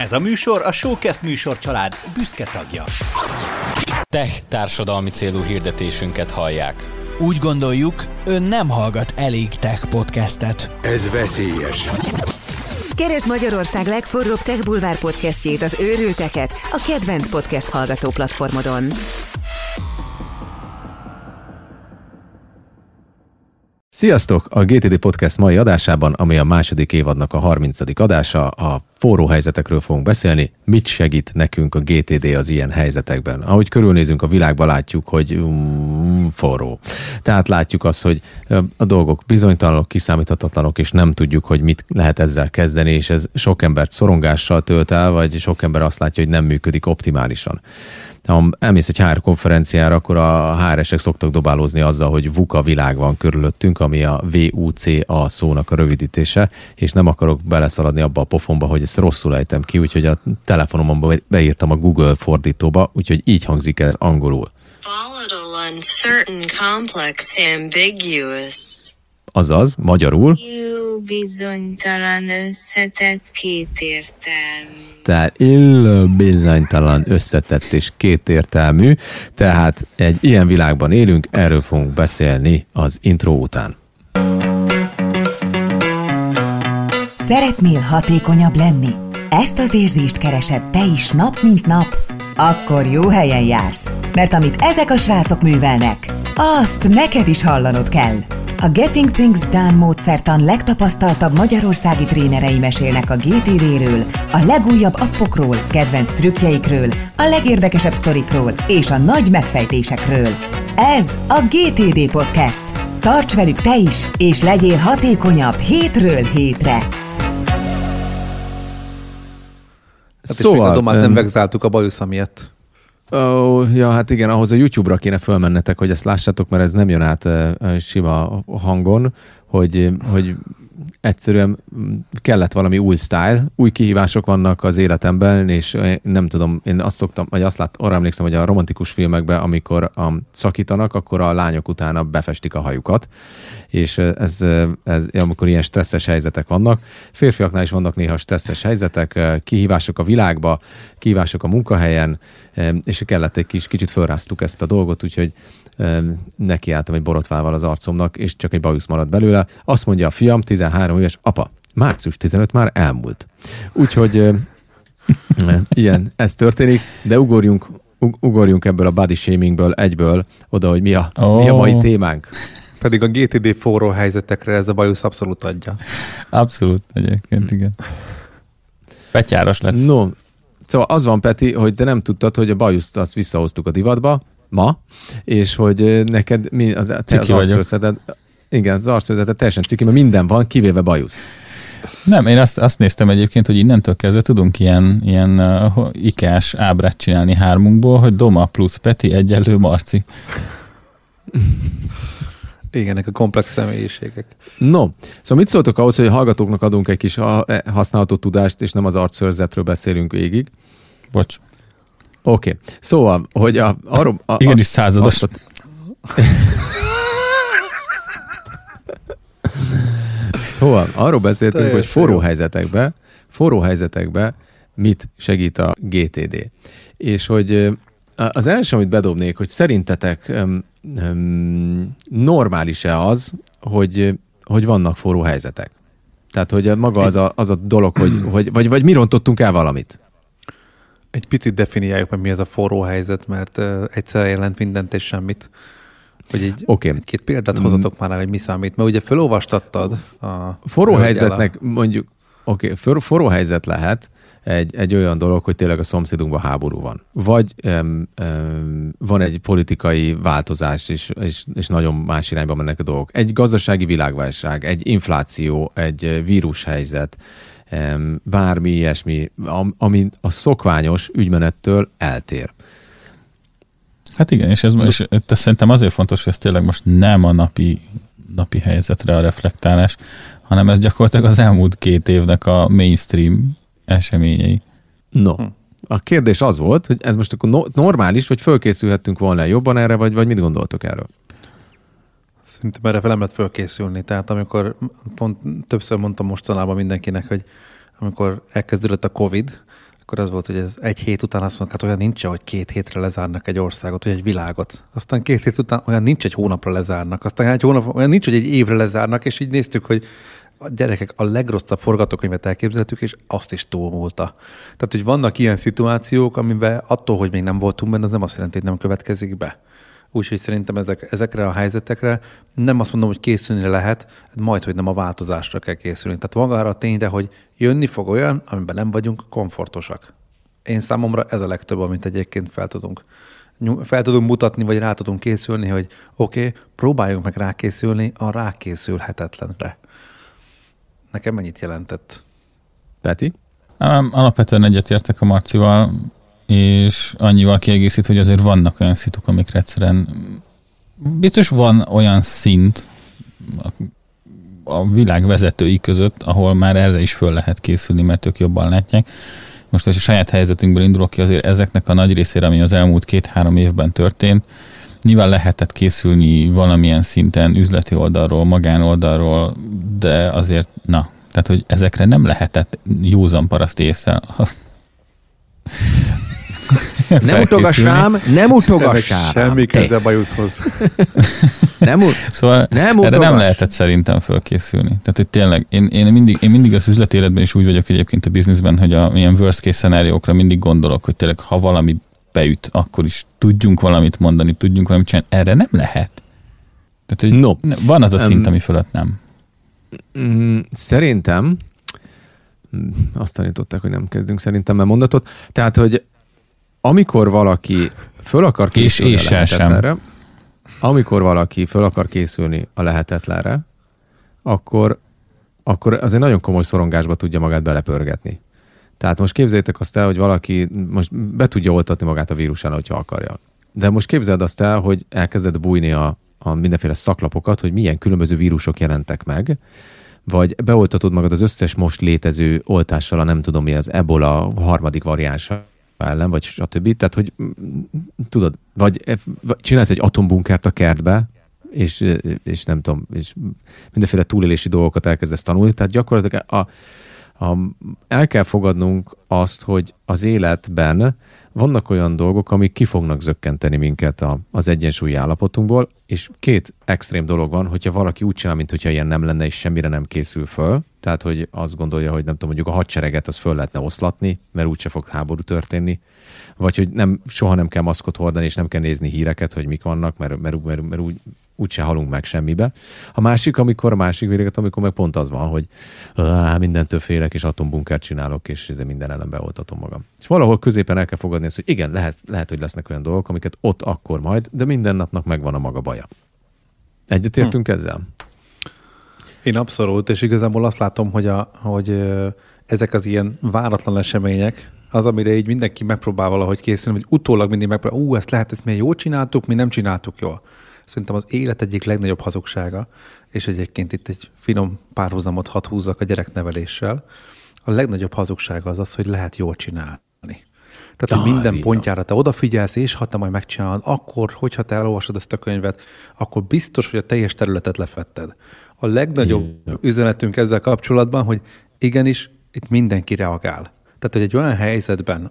Ez a műsor a Showcast műsorcsalád büszke tagja. Tech társadalmi célú hirdetésünket hallják. Úgy gondoljuk, ön nem hallgat elég tech podcastet. Ez veszélyes. Keresd Magyarország legforróbb Tech Bulvár podcastjét, az Őrülteket, a kedvenc podcast hallgató platformodon. Sziasztok! A GTD Podcast mai adásában, ami a második évadnak a 30. adása, a forró helyzetekről fogunk beszélni. Mit segít nekünk a GTD az ilyen helyzetekben? Ahogy körülnézünk a világba, látjuk, hogy forró. Tehát látjuk azt, hogy a dolgok bizonytalanok, kiszámíthatatlanok, és nem tudjuk, hogy mit lehet ezzel kezdeni, és ez sok embert szorongással tölt el, vagy sok ember azt látja, hogy nem működik optimálisan. Ha elmész egy HR konferenciára, akkor a HR-esek szoktak dobálózni azzal, hogy VUCA világ van körülöttünk, ami a VUCA szónak a rövidítése, és nem akarok beleszaladni abba a pofonba, hogy ezt rosszul ejtem ki, úgyhogy a telefonomon beírtam a Google fordítóba, úgyhogy így hangzik ez angolul. Volatile, uncertain, complex, ambiguous. Azaz, magyarul. Bizonytalan, összetett, kétértelmű. Tehát bizonytalan, összetett és kétértelmű. Tehát egy ilyen világban élünk, erről fogunk beszélni az intro után. Szeretnél hatékonyabb lenni? Ezt az érzést keresed te is nap mint nap? Akkor jó helyen jársz, mert amit ezek a srácok művelnek, azt neked is hallanod kell. A Getting Things Done módszertan legtapasztaltabb magyarországi trénerei mesélnek a GTD-ről, a legújabb appokról, kedvenc trükkjeikről, a legérdekesebb sztorikról és a nagy megfejtésekről. Ez a GTD Podcast. Tarts velük te is, és legyél hatékonyabb hétről hétre. Szóval a domát nem vegzáltuk a bajusza miatt. Ja, hát igen, ahhoz a YouTube-ra kéne fölmennetek, hogy ezt lássátok, mert ez nem jön át sima hangon, hogy egyszerűen kellett valami új style, új kihívások vannak az életemben, és nem tudom, én azt szoktam, vagy arra emlékszem, hogy a romantikus filmekben, amikor szakítanak, akkor a lányok utána befestik a hajukat, és ez amikor ilyen stresszes helyzetek vannak. Férfiaknál is vannak néha stresszes helyzetek, kihívások a világba, kihívások a munkahelyen, és kellett egy kicsit fölráztuk ezt a dolgot, úgyhogy nekiálltam egy borotvával az arcomnak, és csak egy bajusz maradt belőle. Azt mondja a fiam, 13 éves, apa, március 15 már elmúlt. Úgyhogy ilyen, ez történik, de ugorjunk ebből a body shamingből egyből oda, hogy mi a mai témánk. Pedig a GTD forró helyzetekre ez a bajusz abszolút adja. Abszolút, egyébként, igen. Petyáros lett. No, szóval az van, Peti, hogy te nem tudtad, hogy a bajuszt azt visszahoztuk a divatba ma, és hogy neked az arcőrzeted, igen, az arcőrzeted teljesen ciki, mert minden van, kivéve bajusz. Nem, én azt néztem egyébként, hogy innentől kezdve tudunk ilyen ikás ábrát csinálni hármunkból, hogy Doma plusz Peti egyenlő Marci. Igen, a komplex személyiségek. No, szóval mit szóltok ahhoz, hogy a hallgatóknak adunk egy kis használható tudást, és nem az arcszőrzetről beszélünk végig? Bocs. Oké. Szóval, hogy igen, is százados. Szóval arról beszéltünk, hogy forró helyzetekbe mit segít a GTD. És hogy az első, amit bedobnék, hogy szerintetek normális-e az, hogy vannak forró helyzetek? Tehát, hogy maga az a dolog, vagy mi rontottunk el valamit? Egy picit definiáljuk meg, mi az a forró helyzet, mert egyszerre jelent mindent és semmit. Hogy egy-két példát hozatok már rá, hogy mi számít. Mert ugye felolvastattad a... Forró helyzetnek mondjuk, forró helyzet lehet egy olyan dolog, hogy tényleg a szomszédunkban háború van. Vagy van egy politikai változás, és nagyon más irányba mennek a dolgok. Egy gazdasági világválság, egy infláció, egy vírushelyzet, bármi ilyesmi, ami a szokványos ügymenettől eltér. Hát igen, és ez szerintem azért fontos, hogy ez tényleg most nem a napi helyzetre a reflektálás, hanem ez gyakorlatilag az elmúlt 2 évnek a mainstream eseményei. No, a kérdés az volt, hogy ez most akkor normális, vagy fölkészülhettünk volna jobban erre, vagy mit gondoltok erről? Szerintem erre nem lehet fölkészülni. Tehát amikor többször mondtam mostanában mindenkinek, hogy amikor elkezdődött a Covid, akkor az volt, hogy ez egy hét után azt mondták, hát olyan nincs, hogy 2 hétre lezárnak egy országot, vagy egy világot. Aztán 2 hét után olyan nincs, egy hónapra lezárnak. Aztán egy hónap, olyan nincs, hogy egy évre lezárnak, és így néztük, hogy a gyerekek a legrosszabb forgatókönyvet elképzeltük, és azt is túlmúlta. Tehát, hogy vannak ilyen szituációk, amiben attól, hogy még nem voltunk benne, az nem azt jelenti, hogy nem következik be. Úgyhogy szerintem ezekre a helyzetekre nem azt mondom, hogy készülni lehet, majd, hogy nem a változásra kell készülni. Tehát magára a tényre, hogy jönni fog olyan, amiben nem vagyunk komfortosak. Én számomra ez a legtöbb, amit egyébként fel tudunk mutatni, vagy rá tudunk készülni, hogy oké, próbáljunk meg rákészülni a rákészülhetetlenre. Nekem mennyit jelentett? Peti? Alapvetően egyetértek a Marcival, és annyival kiegészít, hogy azért vannak olyan szituk, amikre egyszerűen biztos van olyan szint a világ vezetői között, ahol már erre is föl lehet készülni, mert ők jobban látják. Most, hogy a saját helyzetünkből indulok ki, azért ezeknek a nagy részére, ami az elmúlt 2-3 évben történt, nyilván lehetett készülni valamilyen szinten üzleti oldalról, magánoldalról, de azért, tehát, hogy ezekre nem lehetett józan paraszt ésszel. Nem utogass rám! Semmi köze bajuszhoz. Szóval erre nem lehetett szerintem fölkészülni. Tehát, hogy tényleg, én mindig az üzleti életben is úgy vagyok egyébként a bizniszben, hogy a ilyen worst case szenáriókra mindig gondolok, hogy tényleg, ha valami beüt, akkor is tudjunk valamit mondani, tudjunk valamit csinálni. Erre nem lehet. Tehát, hogy van az a szint, ami fölött nem. Szerintem azt tanították, hogy nem kezdünk szerintem mondatot. Tehát, hogy amikor valaki föl akar készülni a lehetetlenre, a lehetetlenre, akkor azért nagyon komoly szorongásba tudja magát belepörgetni. Tehát most képzeljétek azt el, hogy valaki most be tudja oltatni magát a vírusán, hogyha akarja. De most képzeld azt el, hogy elkezded bújni a mindenféle szaklapokat, hogy milyen különböző vírusok jelentek meg, vagy beoltatod magad az összes most létező oltással, a nem tudom mi, az ebola harmadik variánsa ellen, vagy stb. Tehát, hogy tudod, vagy csinálsz egy atombunkert a kertbe, és nem tudom, és mindenféle túlélési dolgokat elkezdesz tanulni. Tehát gyakorlatilag el kell fogadnunk azt, hogy az életben vannak olyan dolgok, amik ki fognak zökkenteni minket az egyensúlyi állapotunkból, és 2 extrém dolog van, hogyha valaki úgy csinál, mintha ilyen nem lenne, és semmire nem készül föl, tehát, hogy azt gondolja, hogy nem tudom, mondjuk a hadsereget az föl lehetne oszlatni, mert úgyse fog háború történni, vagy hogy soha nem kell maszkot hordani, és nem kell nézni híreket, hogy mik vannak, mert úgyse halunk meg semmibe. A másik véleget, amikor meg pont az van, hogy mindentől félek, és atombunkert csinálok, és minden ellen beoltatom magam. És valahol középen el kell fogadni ezt, hogy igen, lehet, hogy lesznek olyan dolgok, amiket ott akkor majd, de minden napnak megvan a maga baja. Egyetértünk ezzel? Én abszolút, és igazából azt látom, hogy ezek az ilyen váratlan események, az, amire így mindenki megpróbál valahogy készülni, hogy utólag mindig megpróbál, ezt mi jól csináltuk, mi nem csináltuk jól. Szerintem az élet egyik legnagyobb hazugsága, és egyébként itt egy finom párhuzamot hadd húzzak a gyerekneveléssel. A legnagyobb hazugsága az, hogy lehet jól csinálni. Tehát, hogy minden pontjára te odafigyelsz, és ha te majd megcsinálod, akkor, hogyha te elolvasod ezt a könyvet, akkor biztos, hogy a teljes területet lefetted. A legnagyobb üzenetünk ezzel kapcsolatban, hogy igenis, itt mindenki reagál. Tehát, hogy egy olyan helyzetben,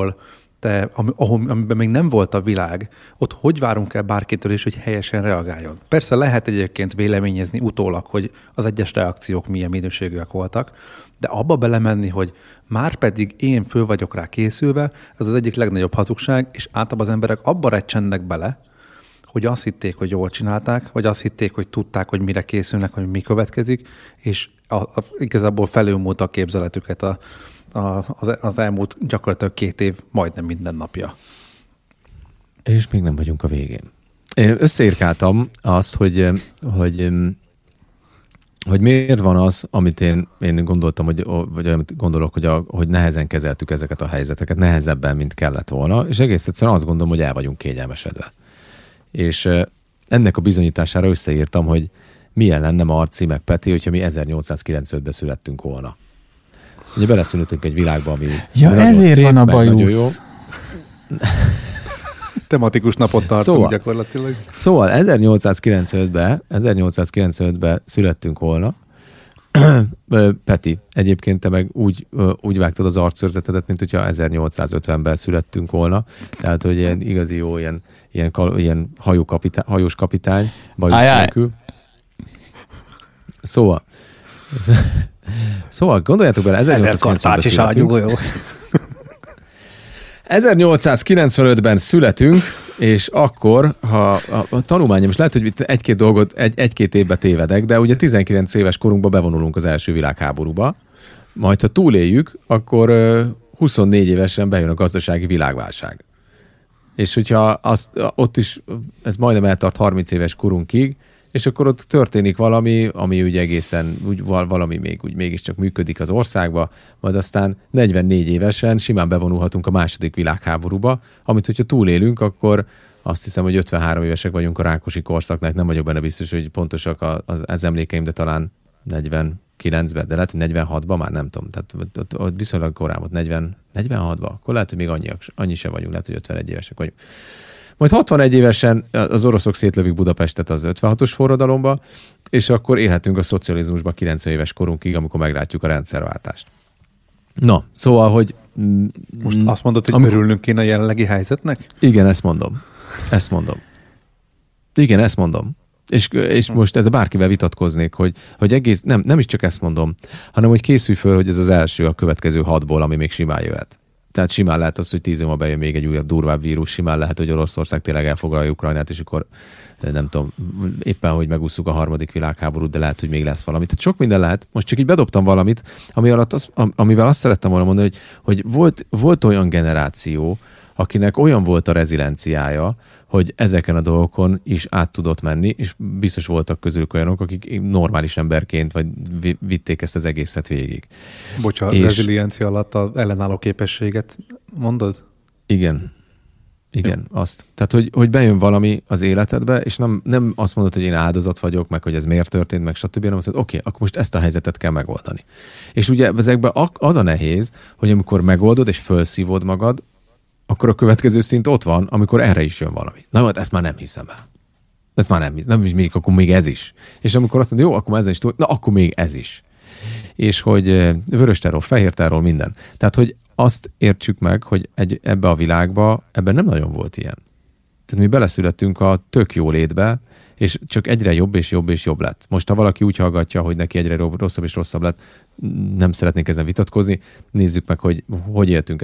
amiben még nem volt a világ, ott hogy várunk el bárkitől is, hogy helyesen reagáljon. Persze lehet egyébként véleményezni utólag, hogy az egyes reakciók milyen minőségűek voltak, de abba belemenni, hogy már pedig én föl vagyok rá készülve, ez az egyik legnagyobb hazugság, és általában az emberek abba recsennek bele, hogy azt hitték, hogy jól csinálták, vagy azt hitték, hogy tudták, hogy mire készülnek, hogy mi következik, és igazából felülmúlt a képzeletüket az elmúlt gyakorlatilag 2 év majdnem minden napja. És még nem vagyunk a végén. Én összeírkáltam azt, hogy miért van az, amit én gondoltam, vagy amit gondolok, hogy nehezen kezeltük ezeket a helyzeteket, nehezebben, mint kellett volna, és egész egyszerűen azt gondolom, hogy el vagyunk kényelmesedve. És ennek a bizonyítására összeírtam, hogy milyen lenne Marci meg Peti, hogyha mi 1895-ben születtünk volna. Ugye beleszültünk egy világba, ami... Ja, ezért szép, van a bajusz. Tematikus napot tartunk gyakorlatilag. Szóval 1895-ben születtünk volna, Peti, egyébként te meg úgy vágtad az arcszörzetedet, mint hogyha 1850-ben születtünk volna. Tehát, hogy ilyen igazi jó, ilyen hajós kapitány, bajusz nélkül. Szóval gondoljátok bele, 1895-ben születünk, és akkor, ha a tanulmányom is lehet, hogy egy-két dolgot egy-két évbe tévedek, de ugye 19 éves korunkban bevonulunk az első világháborúba, majd ha túléljük, akkor 24 évesen bejön a gazdasági világválság. És hogyha ott is, ez majdnem eltart 30 éves korunkig, és akkor ott történik valami, ami ugye egészen valami még úgy mégiscsak működik az országba, majd aztán 44 évesen simán bevonulhatunk a második világháborúba, amit hogyha túlélünk, akkor azt hiszem, hogy 53 évesek vagyunk a Rákosi korszaknak, nem vagyok benne biztos, hogy pontosak az emlékeim, de talán 49-ben, de lehet, hogy 46-ban már nem tudom, tehát viszonylag korán volt, 46-ban, akkor lehet, hogy még annyi sem vagyunk, lehet, hogy 51 évesek vagyunk. Majd 61 évesen az oroszok szétlövik Budapestet az 56-os forradalomba, és akkor élhetünk a szocializmusba 90 éves korunkig, amikor meglátjuk a rendszerváltást. Na, szóval, hogy... Most azt mondod, hogy örülnünk kéne a jelenlegi helyzetnek? Igen, ezt mondom. Igen, ezt mondom. És most ezzel bárkivel vitatkoznék, hogy egész, nem is csak ezt mondom, hanem hogy készülj föl, hogy ez az első a következő 6-ból, ami még simán jöhet. Tehát simán lehet az, hogy 10 év bejön még egy újabb durvább vírus, simán lehet, hogy Oroszország tényleg elfoglalja Ukrajnát, és akkor nem tudom, éppen, hogy megússzuk a harmadik világháborút, de lehet, hogy még lesz valami. Tehát sok minden lehet. Most csak így bedobtam valamit, amivel azt szerettem volna mondani, hogy volt olyan generáció, akinek olyan volt a rezilienciája, hogy ezeken a dolgokon is át tudott menni, és biztos voltak közülük olyanok, akik normális emberként vagy vitték ezt az egészet végig. Bocsánat, reziliencia alatt az ellenálló képességet mondod? Igen, azt. Tehát, hogy bejön valami az életedbe, és nem azt mondod, hogy én áldozat vagyok, meg hogy ez miért történt, meg stb., hanem azt mondod, oké, akkor most ezt a helyzetet kell megoldani. És ugye ezekben az a nehéz, hogy amikor megoldod és felszívod magad, akkor a következő szint ott van, amikor erre is jön valami. Na, hát ezt már nem hiszem el. Ezt már nem hiszem. Nem, akkor még ez is. És amikor azt mondja, jó, akkor már ezen is túl, na, akkor még ez is. És hogy vörös terror, fehér terror, minden. Tehát, hogy azt értsük meg, hogy ebbe a világba, ebben nem nagyon volt ilyen. Tehát mi beleszülettünk a tök jó létbe, és csak egyre jobb és jobb és jobb lett. Most, ha valaki úgy hallgatja, hogy neki egyre rosszabb és rosszabb lett, nem szeretnék ezen vitatkozni, nézzük meg, hogy éltünk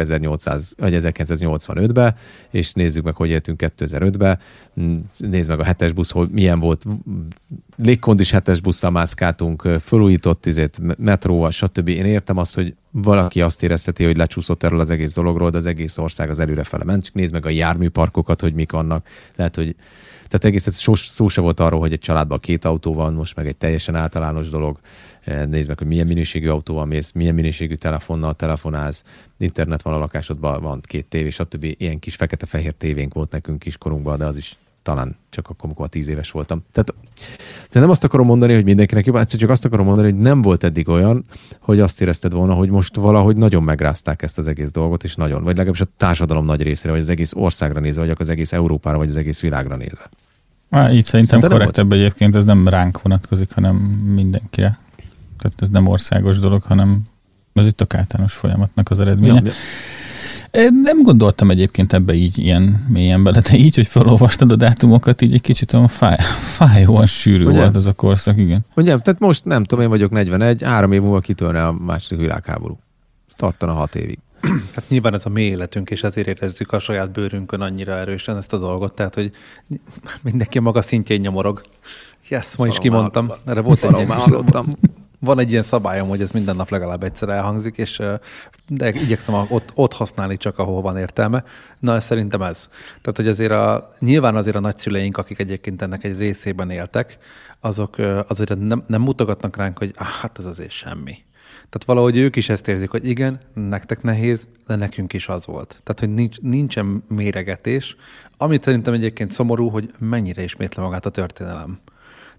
1985-be, és nézzük meg, hogy éltünk 2005-be, nézd meg a 7-es busz, hogy milyen volt, légkondis 7-es busszal mászkáltunk, fölújított metróval, stb. Én értem azt, hogy valaki azt érezheti, hogy lecsúszott erről az egész dologról, de az egész ország az előrefele ment, csak nézd meg a járműparkokat, hogy mik vannak, lehet, hogy tehát egész szó se volt arról, hogy egy családban 2 autó van, most meg egy teljesen általános dolog. Nézd meg, hogy milyen minőségű autóval mész, milyen minőségű telefonnal telefonálsz, internet van a lakásodban, van 2 tévé, stb. Ilyen kis fekete-fehér tévénk volt nekünk kiskorunkban, de az is talán csak akkor, amikor 10 éves voltam. Tehát nem azt akarom mondani, hogy mindenkinek jobb, csak azt akarom mondani, hogy nem volt eddig olyan, hogy azt érezted volna, hogy most valahogy nagyon megrázták ezt az egész dolgot, és nagyon, vagy legalábbis a társadalom nagy részére, vagy az egész országra nézve, vagy az egész Európára, vagy az egész világra nézve. Így szerintem korrektebb egyébként, ez nem ránk vonatkozik, hanem mindenkire. Tehát ez nem országos dolog, hanem ez itt a általános folyamatnak az eredménye. Ja. Nem gondoltam egyébként ebbe így ilyen mélyen bele, de így, hogy felolvastad a dátumokat, így egy kicsit olyan fájóan sűrű ugye? Volt az a korszak, igen. Ugye, tehát most nem tudom, én vagyok 41, 3 év múlva kitörne a második világháború. Ez tartana 6 évig. Hát nyilván ez a mi életünk, és ezért érezzük a saját bőrünkön annyira erősen ezt a dolgot, tehát, hogy mindenki maga szintjén nyomorog. Yes, ma is kimondtam. Erre volt van egy ilyen szabályom, hogy ez minden nap legalább egyszer elhangzik, de igyekszem ott használni csak, ahol van értelme. Na, ez szerintem ez. Tehát, hogy azért nyilván azért a nagyszüleink, akik egyébként ennek egy részében éltek, azok azért nem mutogatnak ránk, hogy hát ez azért semmi. Tehát valahogy ők is ezt érzik, hogy igen, nektek nehéz, de nekünk is az volt. Tehát, hogy nincsen méregetés, amit szerintem egyébként szomorú, hogy mennyire ismétli magát a történelem.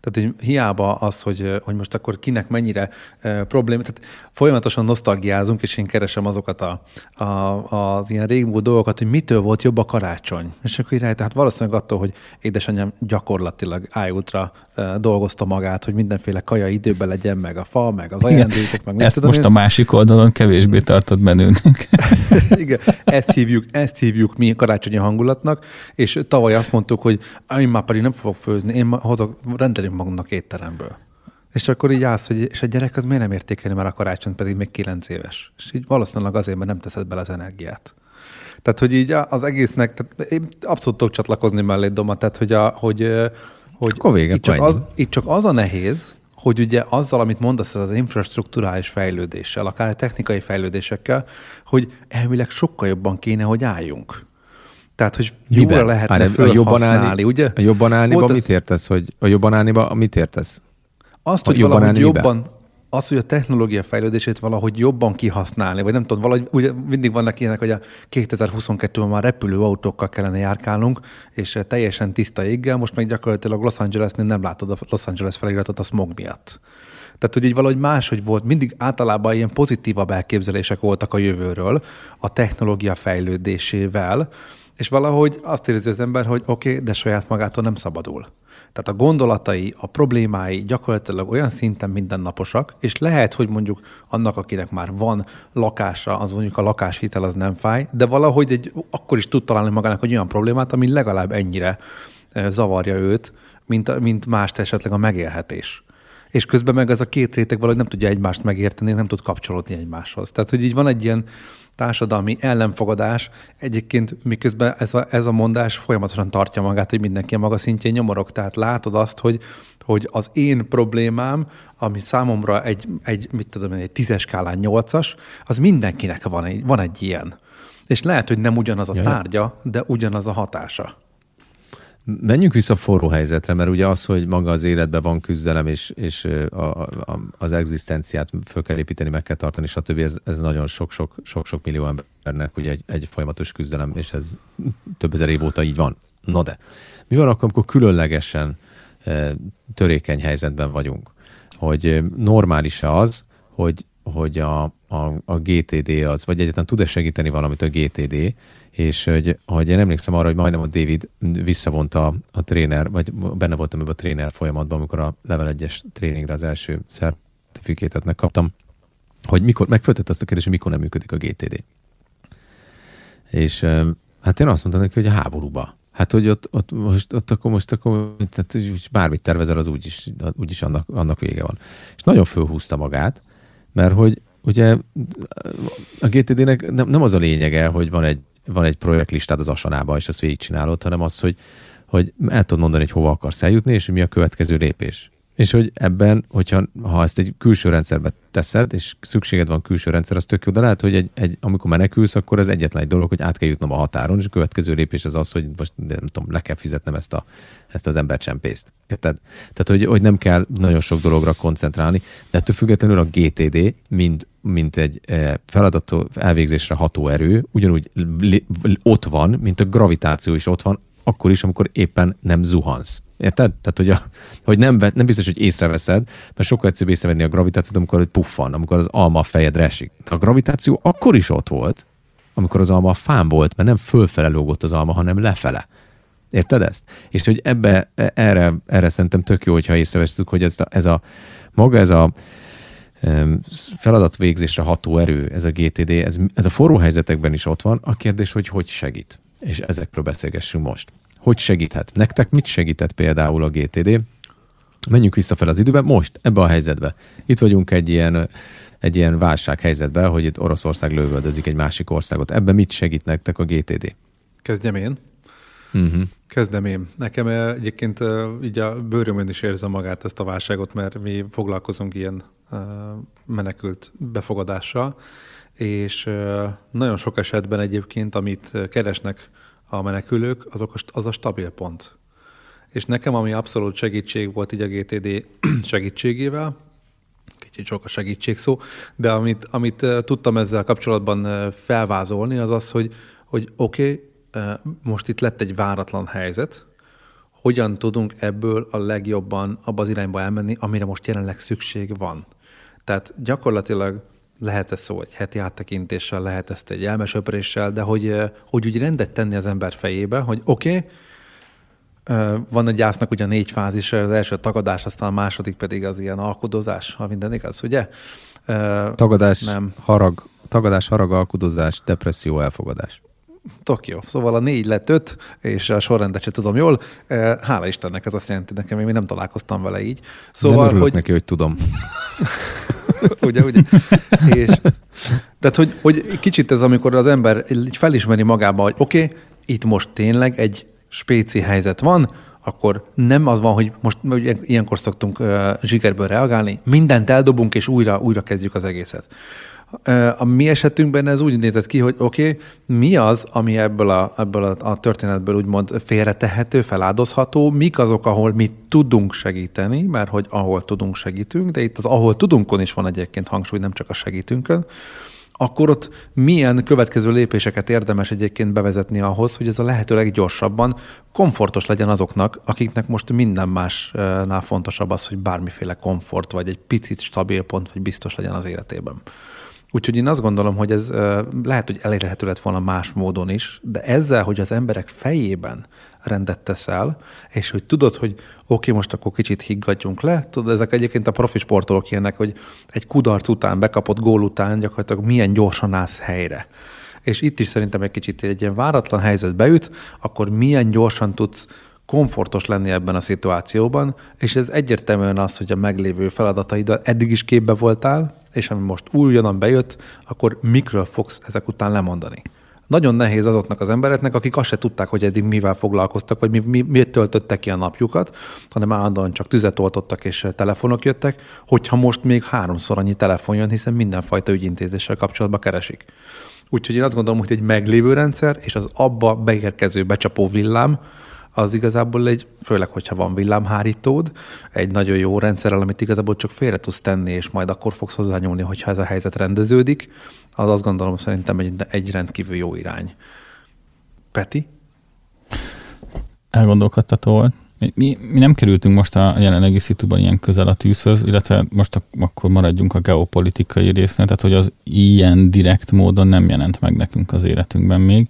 Tehát, hogy hiába az, hogy most akkor kinek mennyire probléma, tehát folyamatosan nosztalgiázunk, és én keresem azokat az ilyen régmúlt dolgokat, hogy mitől volt jobb a karácsony. És akkor így tehát valószínűleg attól, hogy édesanyám gyakorlatilag iUltra dolgozta magát, hogy mindenféle kaja időben legyen, meg a fa, meg az ajándékok, meg ezt most a másik oldalon kevésbé tartod menőnek. Igen, ezt hívjuk mi karácsonyi hangulatnak, és tavaly azt mondtuk, hogy én már pedig nem fogok főzni, én rendelünk magunknak étteremből. És akkor így állsz, hogy és a gyerek az miért nem értékeli már a karácsony, pedig még 9 éves. És így valószínűleg azért, mert nem teszed bele az energiát. Tehát, hogy így az egésznek, tehát én abszolút tudok csatlakozni mellé, Doma, tehát, hogy itt csak az a nehéz, hogy ugye azzal, amit mondasz, az infrastrukturális fejlődéssel, akár a technikai fejlődésekkel, hogy elvileg sokkal jobban kéne, hogy álljunk. Tehát, hogy jóra lehetne fölhasználni, ugye? A jobban állniba mit értesz? A jobban állniba mit értesz? Azt, hogy valahogy jobban, az, hogy a technológia fejlődését valahogy jobban kihasználni, vagy nem tudom, valahogy ugye mindig vannak ilyenek, hogy a 2022-ben már repülő autókkal kellene járkálnunk, és teljesen tiszta éggel, most meg gyakorlatilag Los Angelesnél nem látod a Los Angeles feliratot a smog miatt. Tehát, hogy így valahogy máshogy volt, mindig általában ilyen pozitívabb elképzelések voltak a jövőről, a technológia fejlődésével, és valahogy azt érzi az ember, hogy oké, de saját magától nem szabadul. Tehát a gondolatai, a problémái gyakorlatilag olyan szinten mindennaposak, és lehet, hogy mondjuk annak, akinek már van lakása, az mondjuk a lakáshitel az nem fáj, de valahogy akkor is tud találni magának egy olyan problémát, ami legalább ennyire zavarja őt, mint mást esetleg a megélhetés. És közben meg ez a két réteg valahogy nem tudja egymást megérteni, nem tud kapcsolódni egymáshoz. Tehát, hogy így van egy ilyen társadalmi ellenfogadás, egyébként miközben ez a mondás folyamatosan tartja magát, hogy mindenki a maga szintjén nyomorog. Tehát látod azt, hogy az én problémám, ami számomra egy 10-es skálán 8-as, az mindenkinek van egy ilyen. És lehet, hogy nem ugyanaz a tárgya, de ugyanaz a hatása. Menjünk vissza a forró helyzetre, mert ugye az, hogy maga az életben van küzdelem, és az egzisztenciát föl kell építeni, meg kell tartani, stb. Ez nagyon sok millió embernek ugye egy folyamatos küzdelem, és ez több ezer év óta így van. Na de, mi van akkor, amikor különlegesen törékeny helyzetben vagyunk? Hogy normális-e az, hogy a GTD az, vagy egyáltalán tud-e segíteni valamit a GTD, és hogy én emlékszem arra, hogy majdnem a David visszavonta a tréner, vagy benne voltam ebben a tréner folyamatban, amikor a Level 1-es tréningre az első szertifikátot megkaptam, hogy mikor, megföltett azt a kérdést, hogy mikor nem működik a GTD. És hát én azt mondtam neki, hogy a háborúba. Hát, hogy ott akkor tehát bármit tervezel, az úgyis annak vége van. És nagyon fölhúzta magát, mert hogy ugye a GTD-nek nem az a lényege, hogy van egy projektlistád az Asanában, és azt végigcsinálod, hanem az, hogy el tudod mondani, hogy hova akarsz eljutni, és hogy mi a következő lépés. És hogy ebben, ha ezt egy külső rendszerbe teszed, és szükséged van külső rendszer, az tök jó, de lehet, hogy amikor menekülsz, akkor ez egyetlen egy dolog, hogy át kell jutnom a határon, és a következő lépés az, hogy most nem tudom, le kell fizetnem ezt az embercsempészt. Érted? Tehát, hogy nem kell nagyon sok dologra koncentrálni, de ettől függetlenül a GTD, mint egy feladat elvégzésre ható erő, ugyanúgy ott van, mint a gravitáció is ott van, akkor is, amikor éppen nem zuhansz. Érted? Tehát, hogy nem biztos, hogy észreveszed, mert sokkal egyszerűbb észrevenni a gravitációt, amikor puffan, amikor az alma a fejedre esik. A gravitáció akkor is ott volt, amikor az alma a fán volt, mert nem fölfele lógott az alma, hanem lefele. Érted ezt? És hogy erre szerintem tök jó, hogyha észreveszünk, hogy ez a feladatvégzésre ható erő, ez a GTD, ez a forró helyzetekben is ott van. A kérdés, hogy segít. És ezekről beszélgessünk most. Hogy segíthet? Nektek mit segített például a GTD? Menjünk vissza fel az időbe, most, ebbe a helyzetbe. Itt vagyunk egy ilyen válsághelyzetben, hogy itt Oroszország lövöldözik egy másik országot. Ebben mit segít nektek a GTD? Kezdjem én. Kezdem én. Nekem egyébként így a bőrömön is érzem magát ezt a válságot, mert mi foglalkozunk ilyen menekült befogadással, és nagyon sok esetben egyébként, amit keresnek a menekülők, az a stabil pont. És nekem, ami abszolút segítség volt így a GTD segítségével, kicsit sok a segítség szó, de amit tudtam ezzel kapcsolatban felvázolni, az az, hogy oké, most itt lett egy váratlan helyzet, hogyan tudunk ebből a legjobban abba az irányba elmenni, amire most jelenleg szükség van. Tehát gyakorlatilag lehet ez szó egy heti áttekintéssel, lehet ezt egy elmesöpréssel, de hogy úgy rendet tenni az ember fejébe, hogy oké, van egy gyásznak ugye 4 fázis, az első a tagadás, aztán a második pedig az ilyen alkudozás, ha minden igaz, ugye? Tagadás, harag, alkudozás, depresszió, elfogadás. Tök jó. Szóval a 4 lett 5, és a sorrendet sem tudom jól. Hála Istennek, ez azt jelenti nekem, én még nem találkoztam vele így. Szóval, nem örülök neki, hogy tudom. ugye. Tehát, hogy kicsit ez, amikor az ember így felismeri magába, hogy oké, itt most tényleg egy spéci helyzet van, akkor nem az van, hogy most ilyenkor szoktunk zsigerből reagálni, mindent eldobunk, és újra kezdjük az egészet. A mi esetünkben ez úgy nézett ki, hogy oké, mi az, ami ebből a történetből úgymond félretehető, feláldozható, mik azok, ahol mi tudunk segíteni, mert hogy ahol tudunk segítünk, de itt az ahol tudunkon is van egyébként hangsúly, nem csak a segítünkön, akkor ott milyen következő lépéseket érdemes egyébként bevezetni ahhoz, hogy ez a lehető leggyorsabban komfortos legyen azoknak, akiknek most minden másnál fontosabb az, hogy bármiféle komfort, vagy egy picit stabil pont, vagy biztos legyen az életében. Úgyhogy én azt gondolom, hogy ez lehet, hogy elérhető lett volna más módon is, de ezzel, hogy az emberek fejében rendet teszel, és hogy tudod, hogy oké, most akkor kicsit higgadjunk le. Tudod, ezek egyébként a profi sportolók ilyenek, hogy egy kudarc után, bekapott gól után gyakorlatilag milyen gyorsan állsz helyre. És itt is szerintem egy kicsit egy ilyen váratlan helyzet beüt, akkor milyen gyorsan tudsz komfortos lenni ebben a szituációban, és ez egyértelműen az, hogy a meglévő feladataiddal eddig is képbe voltál, és ami most újonnan bejött, akkor mikről fogsz ezek után lemondani. Nagyon nehéz azoknak az embereknek, akik azt se tudták, hogy eddig mivel foglalkoztak, vagy miért töltöttek ki a napjukat, hanem állandóan csak tüzet oltottak és telefonok jöttek, hogyha most még 3-szor annyi telefon jön, hiszen mindenfajta ügyintézéssel kapcsolatban keresik. Úgyhogy én azt gondolom, hogy egy meglévő rendszer, és az abba beérkező, becsapó villám, az igazából főleg, hogyha van villámhárítód, egy nagyon jó rendszerrel, amit igazából csak félre tudsz tenni, és majd akkor fogsz hozzányúlni, hogyha ez a helyzet rendeződik, az azt gondolom szerintem egy rendkívül jó irány. Peti? Elgondolkodtató volt. Mi nem kerültünk most a jelenlegi szituban ilyen közel a tűzhöz, illetve most akkor maradjunk a geopolitikai résznél, tehát hogy az ilyen direkt módon nem jelent meg nekünk az életünkben még.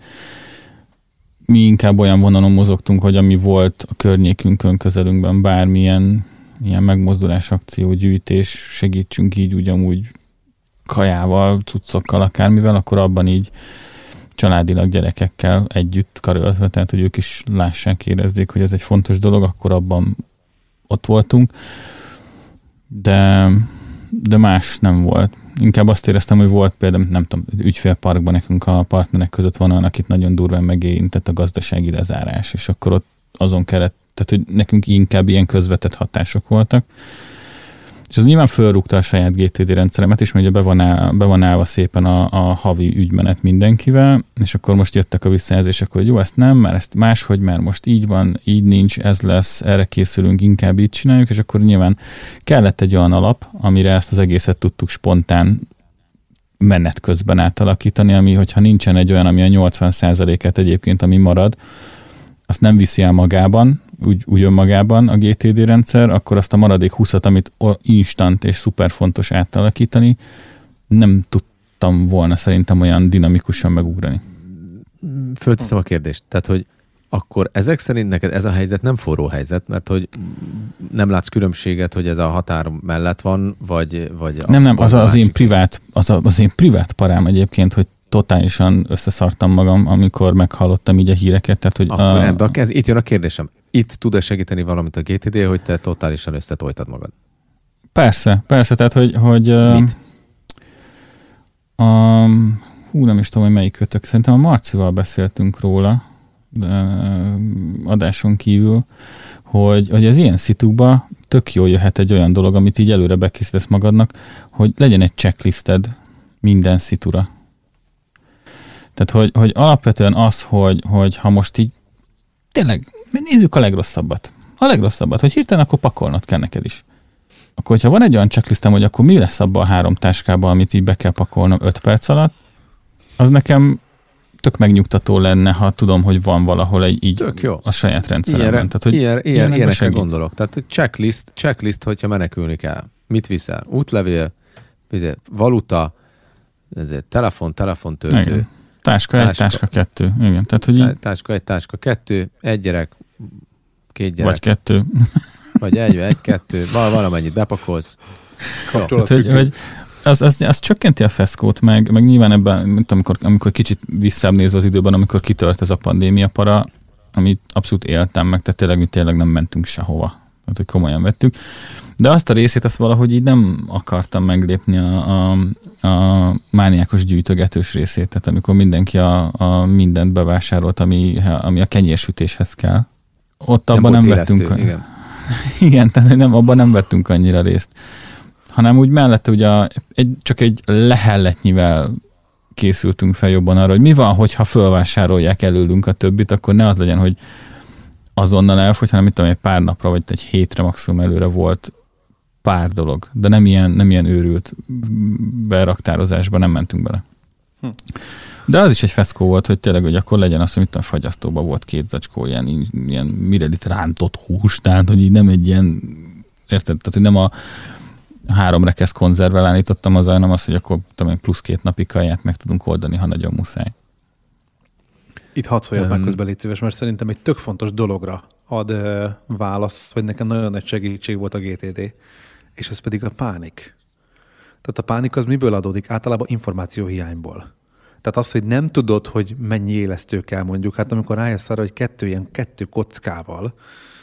Mi inkább olyan vonalon mozogtunk, hogy ami volt a környékünkön, közelünkben bármilyen ilyen megmozdulás, akció, gyűjtés, segítsünk így ugyanúgy kajával, cuccokkal, akármivel, akkor abban így családilag gyerekekkel együtt karöltve, tehát hogy ők is lássák, érezzék, hogy ez egy fontos dolog, akkor abban ott voltunk. De más nem volt. Inkább azt éreztem, hogy volt például, nem tudom, ügyfélparkban nekünk a partnerek között van olyan, akit nagyon durván megérintett a gazdasági lezárás, és akkor ott azon kellett, tehát hogy nekünk inkább ilyen közvetett hatások voltak. És az nyilván fölrúgta a saját GTD rendszeremet, és ugye be van állva szépen a havi ügymenet mindenkivel, és akkor most jöttek a visszajelzések, hogy jó, ezt nem, mert ezt máshogy, mert most így van, így nincs, ez lesz, erre készülünk, inkább így csináljuk, és akkor nyilván kellett egy olyan alap, amire ezt az egészet tudtuk spontán menet közben átalakítani, ami, hogyha nincsen egy olyan, ami a 80%-et egyébként, ami marad, azt nem viszi el magában, úgy önmagában a GTD rendszer, akkor azt a maradék 20-at, amit instant és szuper fontos átalakítani, nem tudtam volna szerintem olyan dinamikusan megugrani. Fölteszem a kérdést. Tehát, hogy akkor ezek szerint neked ez a helyzet nem forró helyzet, mert hogy nem látsz különbséget, hogy ez a határ mellett van, vagy nem, az én privát parám egyébként, hogy totálisan összeszartam magam, amikor meghallottam így a híreket. Tehát, hogy itt jön a kérdésem. Itt tud-e segíteni valamit a GTD, hogy te totálisan összetoltad magad? Persze, tehát, hogy mit? Nem is tudom, hogy melyik kötök. Szerintem a Marcival beszéltünk róla, adáson kívül, hogy az ilyen szitukba tök jól jöhet egy olyan dolog, amit így előre bekészítesz magadnak, hogy legyen egy checklisted minden szitura. Tehát, hogy alapvetően az, hogy ha most így tényleg nézzük a legrosszabbat. Hogy hirtelen akkor pakolnod kell neked is. Akkor, hogyha van egy olyan checklistem, hogy akkor mi lesz abban a 3 táskában, amit így be kell pakolnom 5 perc alatt, az nekem tök megnyugtató lenne, ha tudom, hogy van valahol így a saját rendszeremben. Ilyenekre gondolok. Tehát checklist, hogyha menekülni kell. Mit viszel? Útlevél, valuta, telefontöltő. Igen. Táska 1, táska 2. Igen. Tehát, hogy így... Táska 1, táska 2, egy gyerek, 2 gyerek. Vagy 2. Vagy 1-2, valamennyit bepakolsz. Tehát, hogy az csökkenti a feszkót, meg nyilván ebben, amikor kicsit visszább nézve az időben, amikor kitört ez a pandémia para, amit abszolút éltem meg, tehát tényleg nem mentünk sehova. Tehát, hogy komolyan vettük. De azt a részét, azt valahogy így nem akartam meglépni a mániákos gyűjtögetős részét, tehát amikor mindenki a mindent bevásárolt, ami a kenyérsütéshez kell. Ott abban nem vettünk. Igen. Igen, tehát abban nem vettünk annyira részt. Hanem úgy mellette ugye csak egy lehelletnyivel készültünk fel jobban arra, hogy mi van, hogyha fölvásárolják előlünk a többit, akkor ne az legyen, hogy azonnal elfogy, hanem mit tudom, egy pár napra, vagy egy hétre maximum előre volt pár dolog. De nem ilyen őrült beraktározásba nem mentünk bele. De az is egy feszkó volt, hogy tényleg, hogy akkor legyen az, hogy mit a fagyasztóban volt 2 zacskó ilyen mirelit rántott hús, tehát, hogy így nem egy ilyen, érted? Tehát, hogy nem a 3 rekesz konzervvel állítottam az, hanem az, hogy akkor tudom, plusz 2 napi kaját meg tudunk oldani, ha nagyon muszáj. Itt hadd szóljad meg közben, légy szíves, mert szerintem egy tök fontos dologra ad választ, hogy nekem nagyon nagy segítség volt a GTD, és ez pedig a pánik. Tehát a pánik az miből adódik? Általában információhiányból. Tehát az, hogy nem tudod, hogy mennyi élesztő kell mondjuk, hát amikor rájössz arra, hogy 2 kockával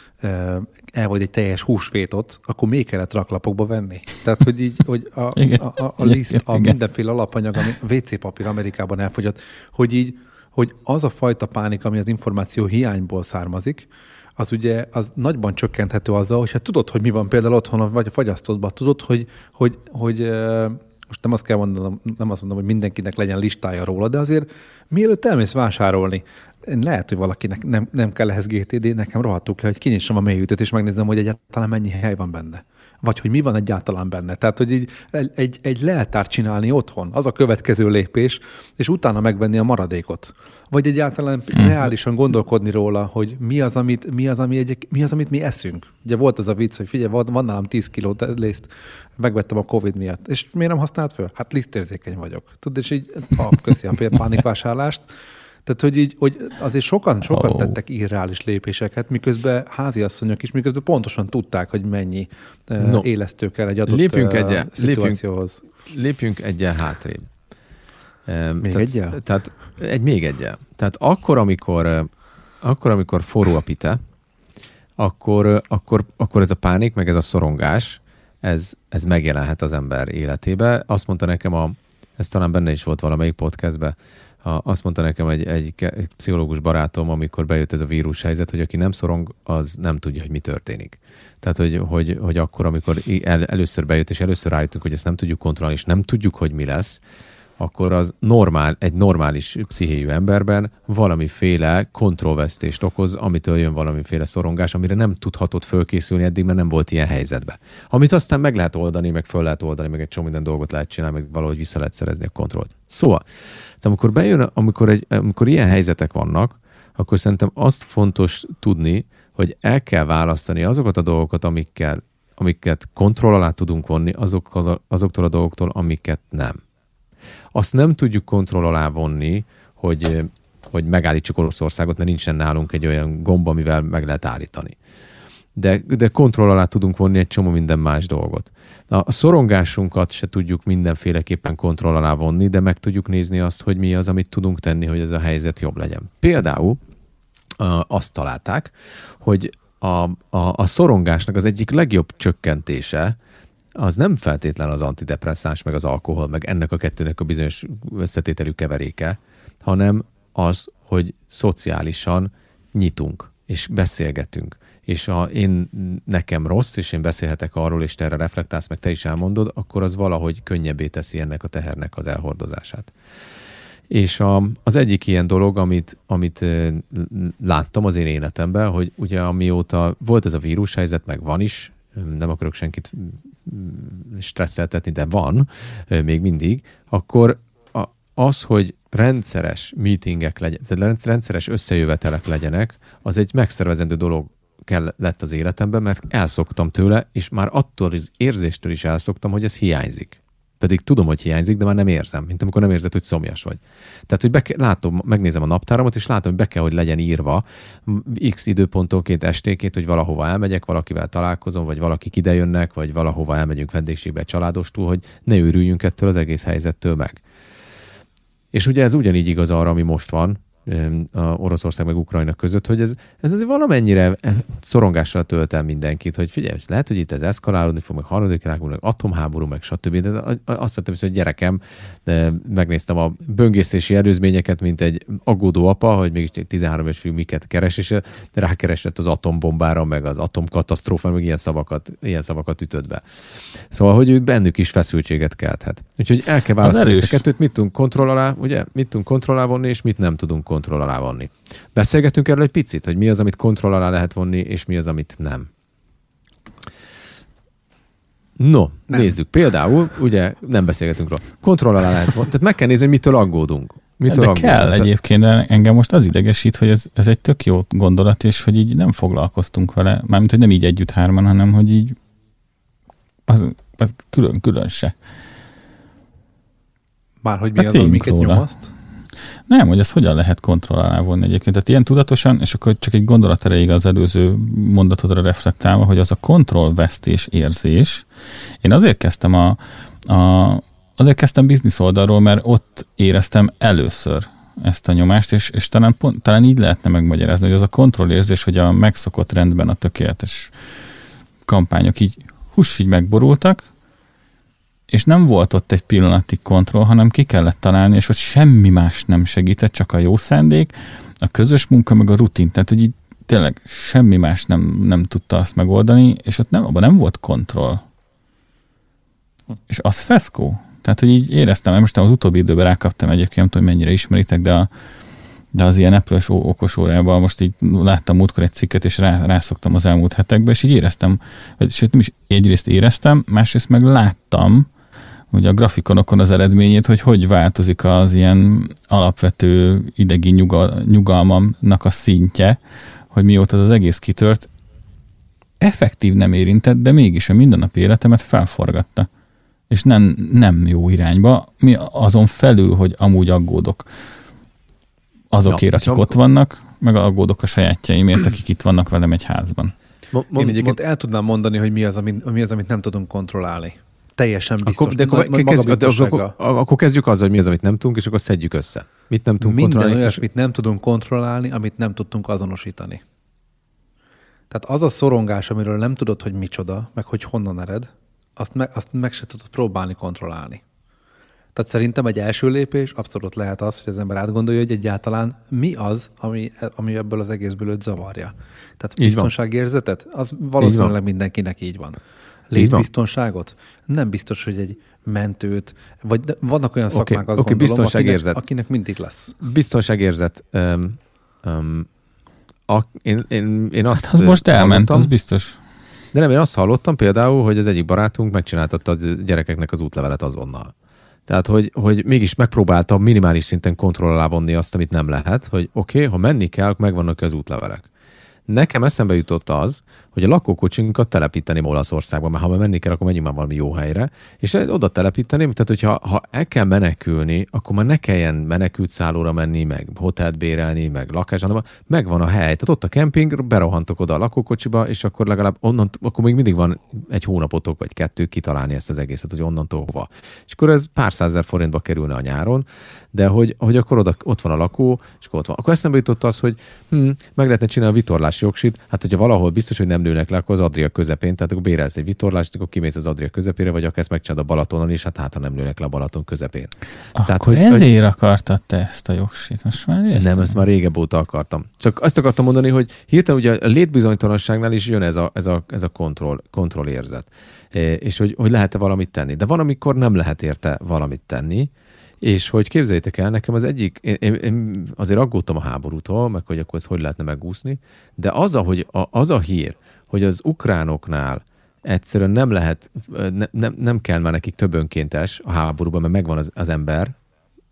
vagy egy teljes húsvétot, akkor még kellett raklapokba venni. Tehát, hogy így, hogy a liszt, a mindenféle alapanyag, ami WC papír Amerikában elfogyott, hogy az a fajta pánik, ami az információ hiányból származik, az ugye az nagyban csökkenthető azzal, hogyha tudod, hogy mi van például otthon, vagy a fagyasztódban, tudod, hogy most nem azt kell mondanom, nem azt mondom, hogy mindenkinek legyen listája róla, de azért mielőtt elmész vásárolni, lehet, hogy valakinek nem kell ehhez GTD, nekem rohadtul kell, hogy kinyissam a mélyhűtőt, és megnézem, hogy egyáltalán mennyi hely van benne. Vagy hogy mi van egyáltalán benne. Tehát, hogy így egy leltárt csinálni otthon, az a következő lépés, és utána megvenni a maradékot. Vagy egyáltalán reálisan gondolkodni róla, hogy mi az, amit mi eszünk. Ugye volt az a vicc, hogy figyelj, van nálam 10 kiló liszt, megvettem a Covid miatt. És miért nem használt föl? Hát lisztérzékeny vagyok. Tudod, és így köszi a pánikvásárlást. Tehát, hogy azért sokan tettek irreális lépéseket, miközben háziasszonyok is, miközben pontosan tudták, hogy mennyi élesztő kell egy adott szituációhoz. Lépjünk egyel hátrébb. Egyel? Tehát még egyel. Tehát akkor, amikor forró a pite, akkor ez a pánik, meg ez a szorongás, ez megjelenhet az ember életébe. Azt mondta nekem, ez talán benne is volt valamelyik podcastben, azt mondta nekem egy pszichológus barátom, amikor bejött ez a vírushelyzet, hogy aki nem szorong, az nem tudja, hogy mi történik. Tehát, hogy akkor, amikor először bejött, és először rájöttünk, hogy ezt nem tudjuk kontrollálni, és nem tudjuk, hogy mi lesz, akkor az egy normális pszichéjű emberben valamiféle kontrollvesztést okoz, amitől jön valamiféle szorongás, amire nem tudhatod fölkészülni eddig, mert nem volt ilyen helyzetben. Amit aztán meg lehet oldani, meg föl lehet oldani, meg egy csomó minden dolgot lehet csinálni, meg valahogy vissza lehet szerezni a kontrollt. Szóval, amikor bejön, amikor ilyen helyzetek vannak, akkor szerintem azt fontos tudni, hogy el kell választani azokat a dolgokat, amiket kontroll alá tudunk vonni, azoktól a dolgoktól, amiket nem. Azt nem tudjuk kontroll alá vonni, hogy megállítsuk Oroszországot, mert nincsen nálunk egy olyan gomba, amivel meg lehet állítani. De kontroll alá tudunk vonni egy csomó minden más dolgot. A szorongásunkat se tudjuk mindenféleképpen kontroll alá vonni, de meg tudjuk nézni azt, hogy mi az, amit tudunk tenni, hogy ez a helyzet jobb legyen. Például azt találták, hogy a szorongásnak az egyik legjobb csökkentése az nem feltétlen az antidepresszáns, meg az alkohol, meg ennek a kettőnek a bizonyos összetételű keveréke, hanem az, hogy szociálisan nyitunk, és beszélgetünk. És ha nekem rossz, és én beszélhetek arról, és te erre reflektálsz, meg te is elmondod, akkor az valahogy könnyebbé teszi ennek a tehernek az elhordozását. És az egyik ilyen dolog, amit láttam az én életemben, hogy ugye amióta volt ez a vírushelyzet, meg van is, nem akarok senkit stresszeltetni, de van még mindig, akkor az, hogy rendszeres meetingek legyenek, tehát rendszeres összejövetelek legyenek, az egy megszervezendő dolog lett az életemben, mert elszoktam tőle, és már attól az érzéstől is elszoktam, hogy ez hiányzik. Pedig tudom, hogy hiányzik, de már nem érzem, mint amikor nem érzed, hogy szomjas vagy. Tehát, hogy látom, megnézem a naptáramat, és látom, hogy be kell, hogy legyen írva x időpontonként, esténként, hogy valahova elmegyek, valakivel találkozom, vagy valakik idejönnek, vagy valahova elmegyünk vendégségbe egy családostól, hogy ne őrüljünk ettől az egész helyzettől meg. És ugye ez ugyanígy igaz arra, ami most van, Oroszország meg Ukrajna között, hogy ez azért valamennyire szorongással tölt el mindenkit, hogy figyelj, lehet, hogy itt ez eszkalálódni fog, meg harmadik világháború, meg atomháború, meg stb. De azt vettem, hogy gyerekem, megnéztem a böngészési előzményeket, mint egy aggódó apa, hogy mégis 13 éves fiú miket keres, és rákeresett az atombombára, meg az atomkatasztrófára, meg ilyen szavakat ütött be. Szóval, hogy bennük is feszültséget kelthet. Úgyhogy el kell választani ezt a kettőt, mit tudunk kontroll alá, ugye? Mit tudunk kontroll alá vonni, és mit nem tudunk kontroll alá vonni. Beszélgetünk erről egy picit, hogy mi az, amit kontroll alá lehet vonni, és mi az, amit nem. No, nem. Nézzük. Például, ugye nem beszélgetünk róla. Kontroll alá lehet vonni. Tehát meg kell nézni, hogy mitől aggódunk. Kell egyébként, de engem most az idegesít, hogy ez egy tök jó gondolat, és hogy így nem foglalkoztunk vele. Mármint, hogy nem így együtt hárman, hanem, hogy így az külön se. Márhogy mi az, amiket nyomaszt? Nem, hogy ezt hogyan lehet kontroll alá vonni egyébként. Tehát ilyen tudatosan, és akkor csak egy gondolat erejéig az előző mondatodra reflektálva, hogy az a kontrollvesztés érzés. Én azért kezdtem biznisz oldalról, mert ott éreztem először ezt a nyomást, és talán így lehetne megmagyarázni, hogy az a kontrollérzés, hogy a megszokott rendben a tökéletes kampányok így megborultak, és nem volt ott egy pillanatig kontroll, hanem ki kellett találni, és ott semmi más nem segített, csak a jó szándék, a közös munka, meg a rutin. Tehát, hogy így tényleg semmi más nem tudta azt megoldani, és ott abban nem volt kontroll. És az feszkó. Tehát, hogy így éreztem, mert most az utóbbi időben rákaptam egyébként, nem tudom, mennyire ismeritek, de az ilyen Apple-ös okosórában most így láttam múltkor egy cikket, és rászoktam az elmúlt hetekben, és így éreztem, sőt nem is egyrészt éreztem, másrészt meg láttam, ugye a grafikonokon az eredményét, hogy változik az ilyen alapvető idegi nyugalmamnak a szintje, hogy mióta az egész kitört, effektív nem érintett, de mégis a mindennapi életemet felforgatta. És nem jó irányba, mi azon felül, hogy amúgy aggódok azokért, akik ott vannak, meg aggódok a sajátjaimért, akik itt vannak velem egy házban. Én egyébként el tudnám mondani, hogy mi az, amit nem tudunk kontrollálni. Teljesen biztos. Akkor kezdjük azzal, hogy mi az, amit nem tudunk, és akkor szedjük össze. Mit nem tudunk kontrollálni? Minden olyasmit nem tudunk kontrollálni, amit nem tudtunk azonosítani. Tehát az a szorongás, amiről nem tudod, hogy micsoda, meg hogy honnan ered, azt meg se tudod próbálni kontrollálni. Tehát szerintem egy első lépés abszolút lehet az, hogy az ember átgondolja, hogy egyáltalán mi az, ami ebből az egészből őt zavarja. Tehát biztonságérzetet, az valószínűleg mindenkinek így van. Létbiztonságot? Nem biztos, hogy egy mentőt, vagy vannak olyan szakmák, azt gondolom, akinek mindig lesz. Biztonságérzet. Én azt az most elment, az biztos. De nem, én azt hallottam például, hogy az egyik barátunk megcsináltatta a gyerekeknek az útlevelet azonnal. Tehát, hogy mégis megpróbálta minimális szinten kontroll alá vonni azt, amit nem lehet, hogy oké, ha menni kell, megvannak az útlevelek. Nekem eszembe jutott az, hogy a lakókocsinkat telepíteném Olaszországban, mert ha menni kell, akkor menjünk már valami jó helyre, és oda telepíteném, tehát hogyha el kell menekülni, akkor már ne kelljen menekült szállóra menni, meg hotelt bérelni, meg lakás, hanem megvan a hely. Tehát ott a kemping, berohantok oda a lakókocsiba, és akkor legalább akkor még mindig van egy hónapotok, vagy 2 kitalálni ezt az egészet, hogy onnantól hova. És akkor ez pár százezer forintba kerülne a nyáron, de hogy akkor ott van a lakó, és akkor ott van. Akkor eszembe jutott az, hogy meg lehetne csinálni a vitorlási jogsit, hát hogyha valahol biztos, hogy nem lőnek le, akkor az Adria közepén, tehát akkor bérelsz egy vitorlást, akkor kimész az Adria közepére, vagy akár ezt megcsinálod a Balatonon is, hát ha nem lőnek le a Balaton közepén. Akkor tehát, hogy ezért akartad te ezt a jogsit, most már értem. Nem, ezt már régebb óta akartam. Csak azt akartam mondani, hogy hirtelen ugye a létbizonytalanságnál is jön ez a kontrollérzet. És hogy lehet-e valamit tenni. De van, amikor nem lehet érte valamit tenni, és hogy képzeljétek el, nekem az egyik, én azért aggódtam a háborútól, meg hogy akkor ezt hogy lehetne megúszni, de az a hír, hogy az ukránoknál egyszerűen nem lehet, nem kell már nekik több önkéntes a háborúban, mert megvan az ember,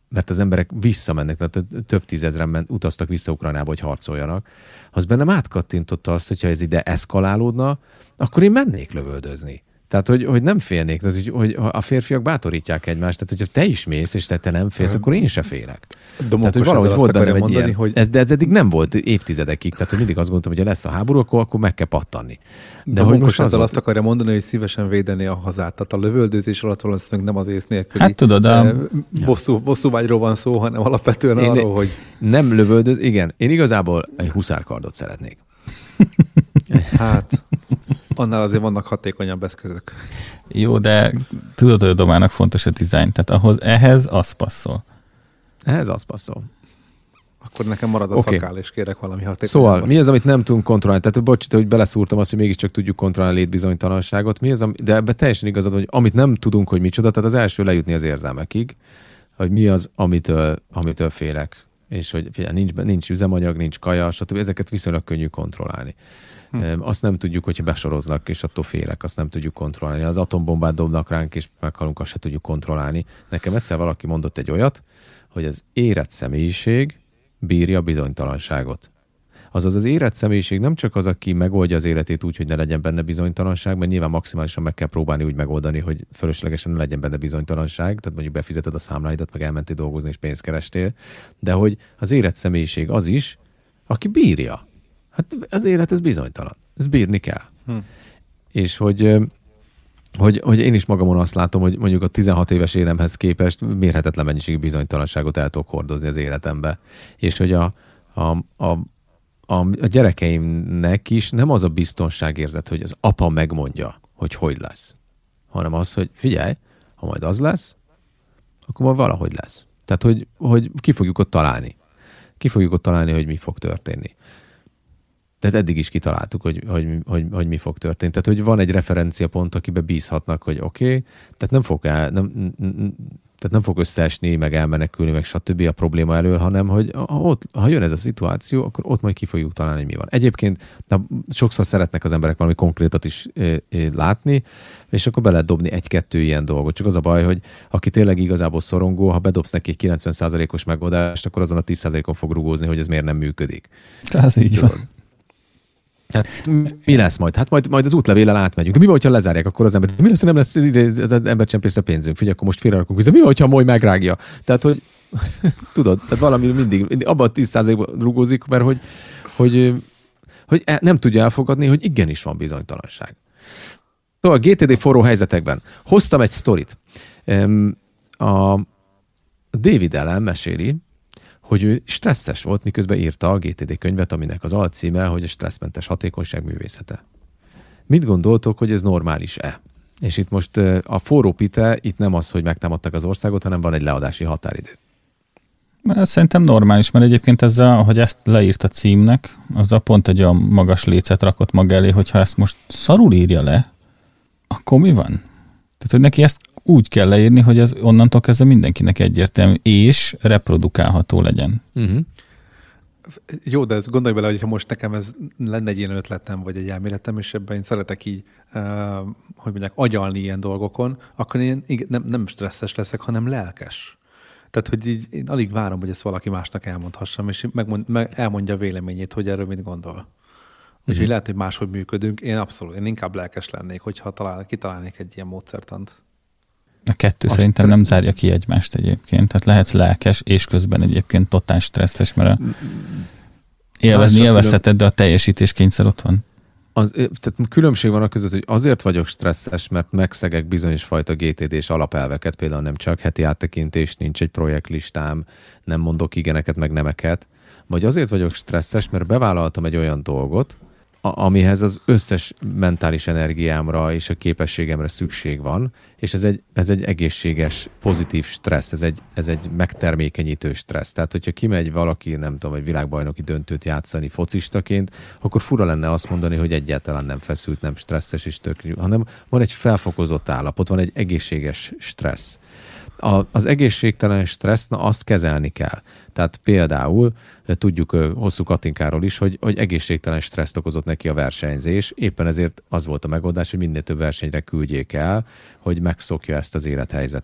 mert az emberek visszamennek, tehát több tízezren utaztak vissza Ukrajnába, hogy harcoljanak, az bennem átkattintotta azt, hogyha ez ide eszkalálódna, akkor én mennék lövöldözni. Tehát, hogy nem félnék, tehát, hogy a férfiak bátorítják egymást, tehát, hogyha te is mész, és te nem félsz, akkor én se félek. Tehát, hogy valahogy volt bennem egy ilyen, hogy... de ez eddig nem volt évtizedekig, tehát, hogy mindig azt gondoltam, hogy ha lesz a háború, akkor meg kell pattanni. De hogy most ezzel azt akarja mondani, hogy szívesen védeni a hazát. Tehát a lövöldözés alatt valószínűleg nem az ész nélküli hát tudod, bosszúvágyról van szó, hanem alapvetően arról, hogy... Nem lövöldöz, igen. Én igazából egy huszárkardot szeretnék. Hát... Annál azért vannak hatékonyabb eszközök. Jó, de tudod, hogy a domának fontos a dizájn, tehát ehhez az passzol. Ehhez az passzol. Akkor nekem marad a szakál, és kérek valami hatékonyabb. Szóval, mi az, amit nem tudunk kontrollálni? Tehát, bocs, hogy beleszúrtam azt, hogy mégiscsak tudjuk kontrollálni a létbizonytalanságot. Mi az, de ebben teljesen igazad, hogy amit nem tudunk, hogy micsoda, tehát az első lejutni az érzelmekig, hogy mi az, amitől félek. És hogy figyelj, nincs üzemanyag, nincs kaja, stb. Ezeket viszonylag könnyű kontrollálni. Azt nem tudjuk, hogyha besoroznak, és attól félek, azt nem tudjuk kontrollálni. Az atombombát dobnak ránk, és meghalunk, azt se tudjuk kontrollálni. Nekem egyszer valaki mondott egy olyat, hogy az érett személyiség bírja a bizonytalanságot. Azaz az érett személyiség nem csak az, aki megoldja az életét úgy, hogy ne legyen benne bizonytalanság, mert nyilván maximálisan meg kell próbálni úgy megoldani, hogy fölöslegesen ne legyen benne bizonytalanság, tehát mondjuk befizeted a számláidat, meg elmentél dolgozni és pénzt kerestél, de hogy az érett személyiség az is, aki bírja. Hát az élet, ez bizonytalan. Ez bírni kell. És hogy én is magamon azt látom, hogy mondjuk a 16 éves énemhez képest mérhetetlen mennyiségű bizonytalanságot el tudok hordozni az életembe. És hogy a gyerekeimnek is nem az a biztonságérzet, hogy az apa megmondja, hogy lesz, hanem az, hogy figyelj, ha majd az lesz, akkor majd valahogy lesz. Tehát, hogy ki fogjuk ott találni. Ki fogjuk ott találni, hogy mi fog történni. Tehát eddig is kitaláltuk, hogy mi fog történni. Tehát, hogy van egy referenciapont, akiben bízhatnak, hogy oké, tehát nem fog összeesni, meg elmenekülni, meg stb. A probléma elől, hanem, hogy ha jön ez a szituáció, akkor ott majd ki fogjuk találni, hogy mi van. Egyébként sokszor szeretnek az emberek valami konkrétat is látni, és akkor be lehet dobni egy-kettő ilyen dolgot. Csak az a baj, hogy aki tényleg igazából szorongó, ha bedobsz neki egy 90%-os megoldást, akkor azon a 10%-on fog rugózni, hogy ez miért nem működik. Ez így van. Hát mi lesz majd? Hát majd az útlevéllel átmegyünk. De mi van, hogyha lezárják akkor az ember? Mi lesz, ha nem lesz az embercsempészre pénzünk? Figyelj, akkor most félrerakunk. De mi van, hogyha a moly megrágja? Tehát, hogy tudod, tehát valami mindig abban a 10%-ban rugózik, mert hogy nem tudja elfogadni, hogy igenis van bizonytalanság. Szóval a GTD forró helyzetekben hoztam egy sztorit. A David Allen meséli, hogy ő stresszes volt, miközben írta a GTD könyvet, aminek az alcíme, hogy a stresszmentes hatékonyság művészete. Mit gondoltok, hogy ez normális-e? És itt most a forró pite, itt nem az, hogy megtámadtak az országot, hanem van egy leadási határidő. Szerintem normális, mert egyébként ezzel, ahogy ezt leírt a címnek, azzal pont egy olyan magas lécet rakott maga elé, hogyha ezt most szarul írja le, akkor mi van? Tehát, hogy neki ezt úgy kell leírni, hogy ez onnantól kezdve mindenkinek egyértelmű, és reprodukálható legyen. Uh-huh. Jó, de ezt gondolj bele, hogy ha most nekem ez lenne egy ilyen ötletem, vagy egy elméletem, és ebben én szeretek így, hogy mondják, agyalni ilyen dolgokon, akkor én nem stresszes leszek, hanem lelkes. Tehát, hogy így én alig várom, hogy ezt valaki másnak elmondhassam, és elmondja a véleményét, hogy erről mit gondol. Úgyhogy lehet, hogy máshogy működünk. Én inkább lelkes lennék, hogyha kitalálnék egy ilyen módszertant. A kettő szerintem nem zárja ki egymást egyébként. Tehát lehetsz lelkes, és közben egyébként totál stresszes, mert élvezheted, de a teljesítéskényszer ott van. Tehát különbség van a között, hogy azért vagyok stresszes, mert megszegek bizonyos fajta GTD-s alapelveket, például nem csak heti áttekintés, nincs egy projektlistám, nem mondok igeneket, meg nemeket, vagy azért vagyok stresszes, mert bevállaltam egy olyan dolgot, amihez az összes mentális energiámra és a képességemre szükség van, és ez egy egészséges, pozitív stressz, ez egy megtermékenyítő stressz. Tehát, hogyha kimegy valaki, nem tudom, egy világbajnoki döntőt játszani focistaként, akkor fura lenne azt mondani, hogy egyáltalán nem feszült, nem stresszes és hanem van egy felfokozott állapot, van egy egészséges stressz. Az egészségtelen stressz, azt kezelni kell. Tehát például tudjuk Hosszú Katinkáról is, hogy egészségtelen stresszt okozott neki a versenyzés. Éppen ezért az volt a megoldás, hogy minél több versenyre küldjék el, hogy megszokja ezt az élethelyzetet.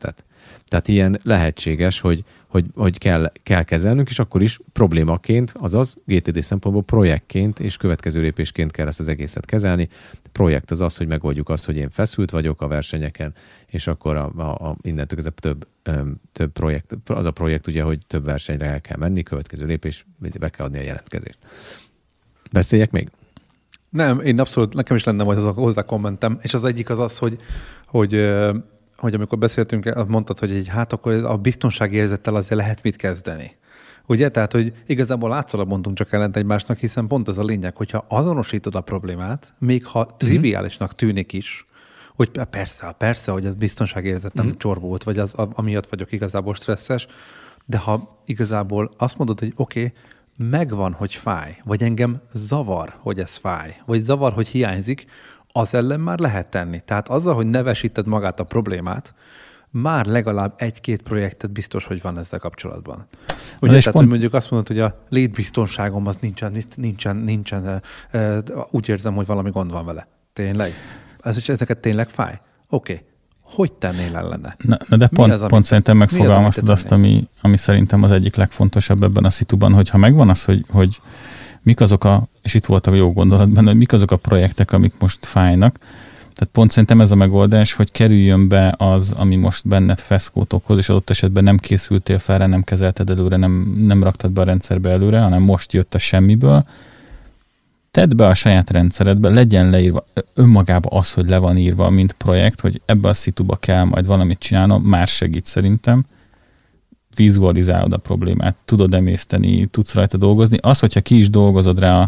Tehát ilyen lehetséges, hogy kell kezelnünk, és akkor is problémaként, azaz GTD szempontból projektként és következő lépésként kell ezt az egészet kezelni. Projekt az, hogy megoldjuk azt, hogy én feszült vagyok a versenyeken, és akkor innentől kezdve több projekt, az a projekt ugye, hogy több versenyre el kell menni, következő lépés, be kell adni a jelentkezést. Beszéljek még? Nem, én abszolút, nekem is lenne majd hozzá kommentem, és az egyik az, hogy amikor beszéltünk, mondtad, hogy akkor a biztonságérzettel azért lehet mit kezdeni. Ugye? Tehát, hogy igazából látszólag mondtunk csak ellent egymásnak, hiszen pont ez a lényeg, hogyha azonosítod a problémát, még ha triviálisnak tűnik is, hogy persze, hogy ez biztonságérzetem csorbult, vagy az amiatt vagyok igazából stresszes, de ha igazából azt mondod, hogy oké, megvan, hogy fáj, vagy engem zavar, hogy ez fáj, vagy zavar, hogy hiányzik, az ellen már lehet tenni. Tehát azzal, hogy nevesíted magát a problémát, már legalább 1-2 projektet biztos, hogy van ezzel kapcsolatban. Ugye, tehát, hogy mondjuk azt mondod, hogy a létbiztonságom az nincsen úgy érzem, hogy valami gond van vele. Tényleg? Ezeket tényleg fáj? Oké. Hogy tennél ellene? Na de pont szerintem megfogalmaztad azt, ami szerintem az egyik legfontosabb ebben a szituban, hogyha megvan az, hogy mik azok és itt volt a jó gondolat benne, hogy mik azok a projektek, amik most fájnak. Tehát pont szerintem ez a megoldás, hogy kerüljön be az, ami most benned feszkót okoz, és adott esetben nem készültél fel, nem kezelted előre, nem raktad be a rendszerbe előre, hanem most jött a semmiből. Tedd be a saját rendszeredbe, legyen leírva önmagába az, hogy le van írva, mint projekt, hogy ebbe a szituba kell majd valamit csinálnom, már segít szerintem. Vizualizálod a problémát, tudod emészteni, tudsz rajta dolgozni. Az, hogyha ki is dolgozod rá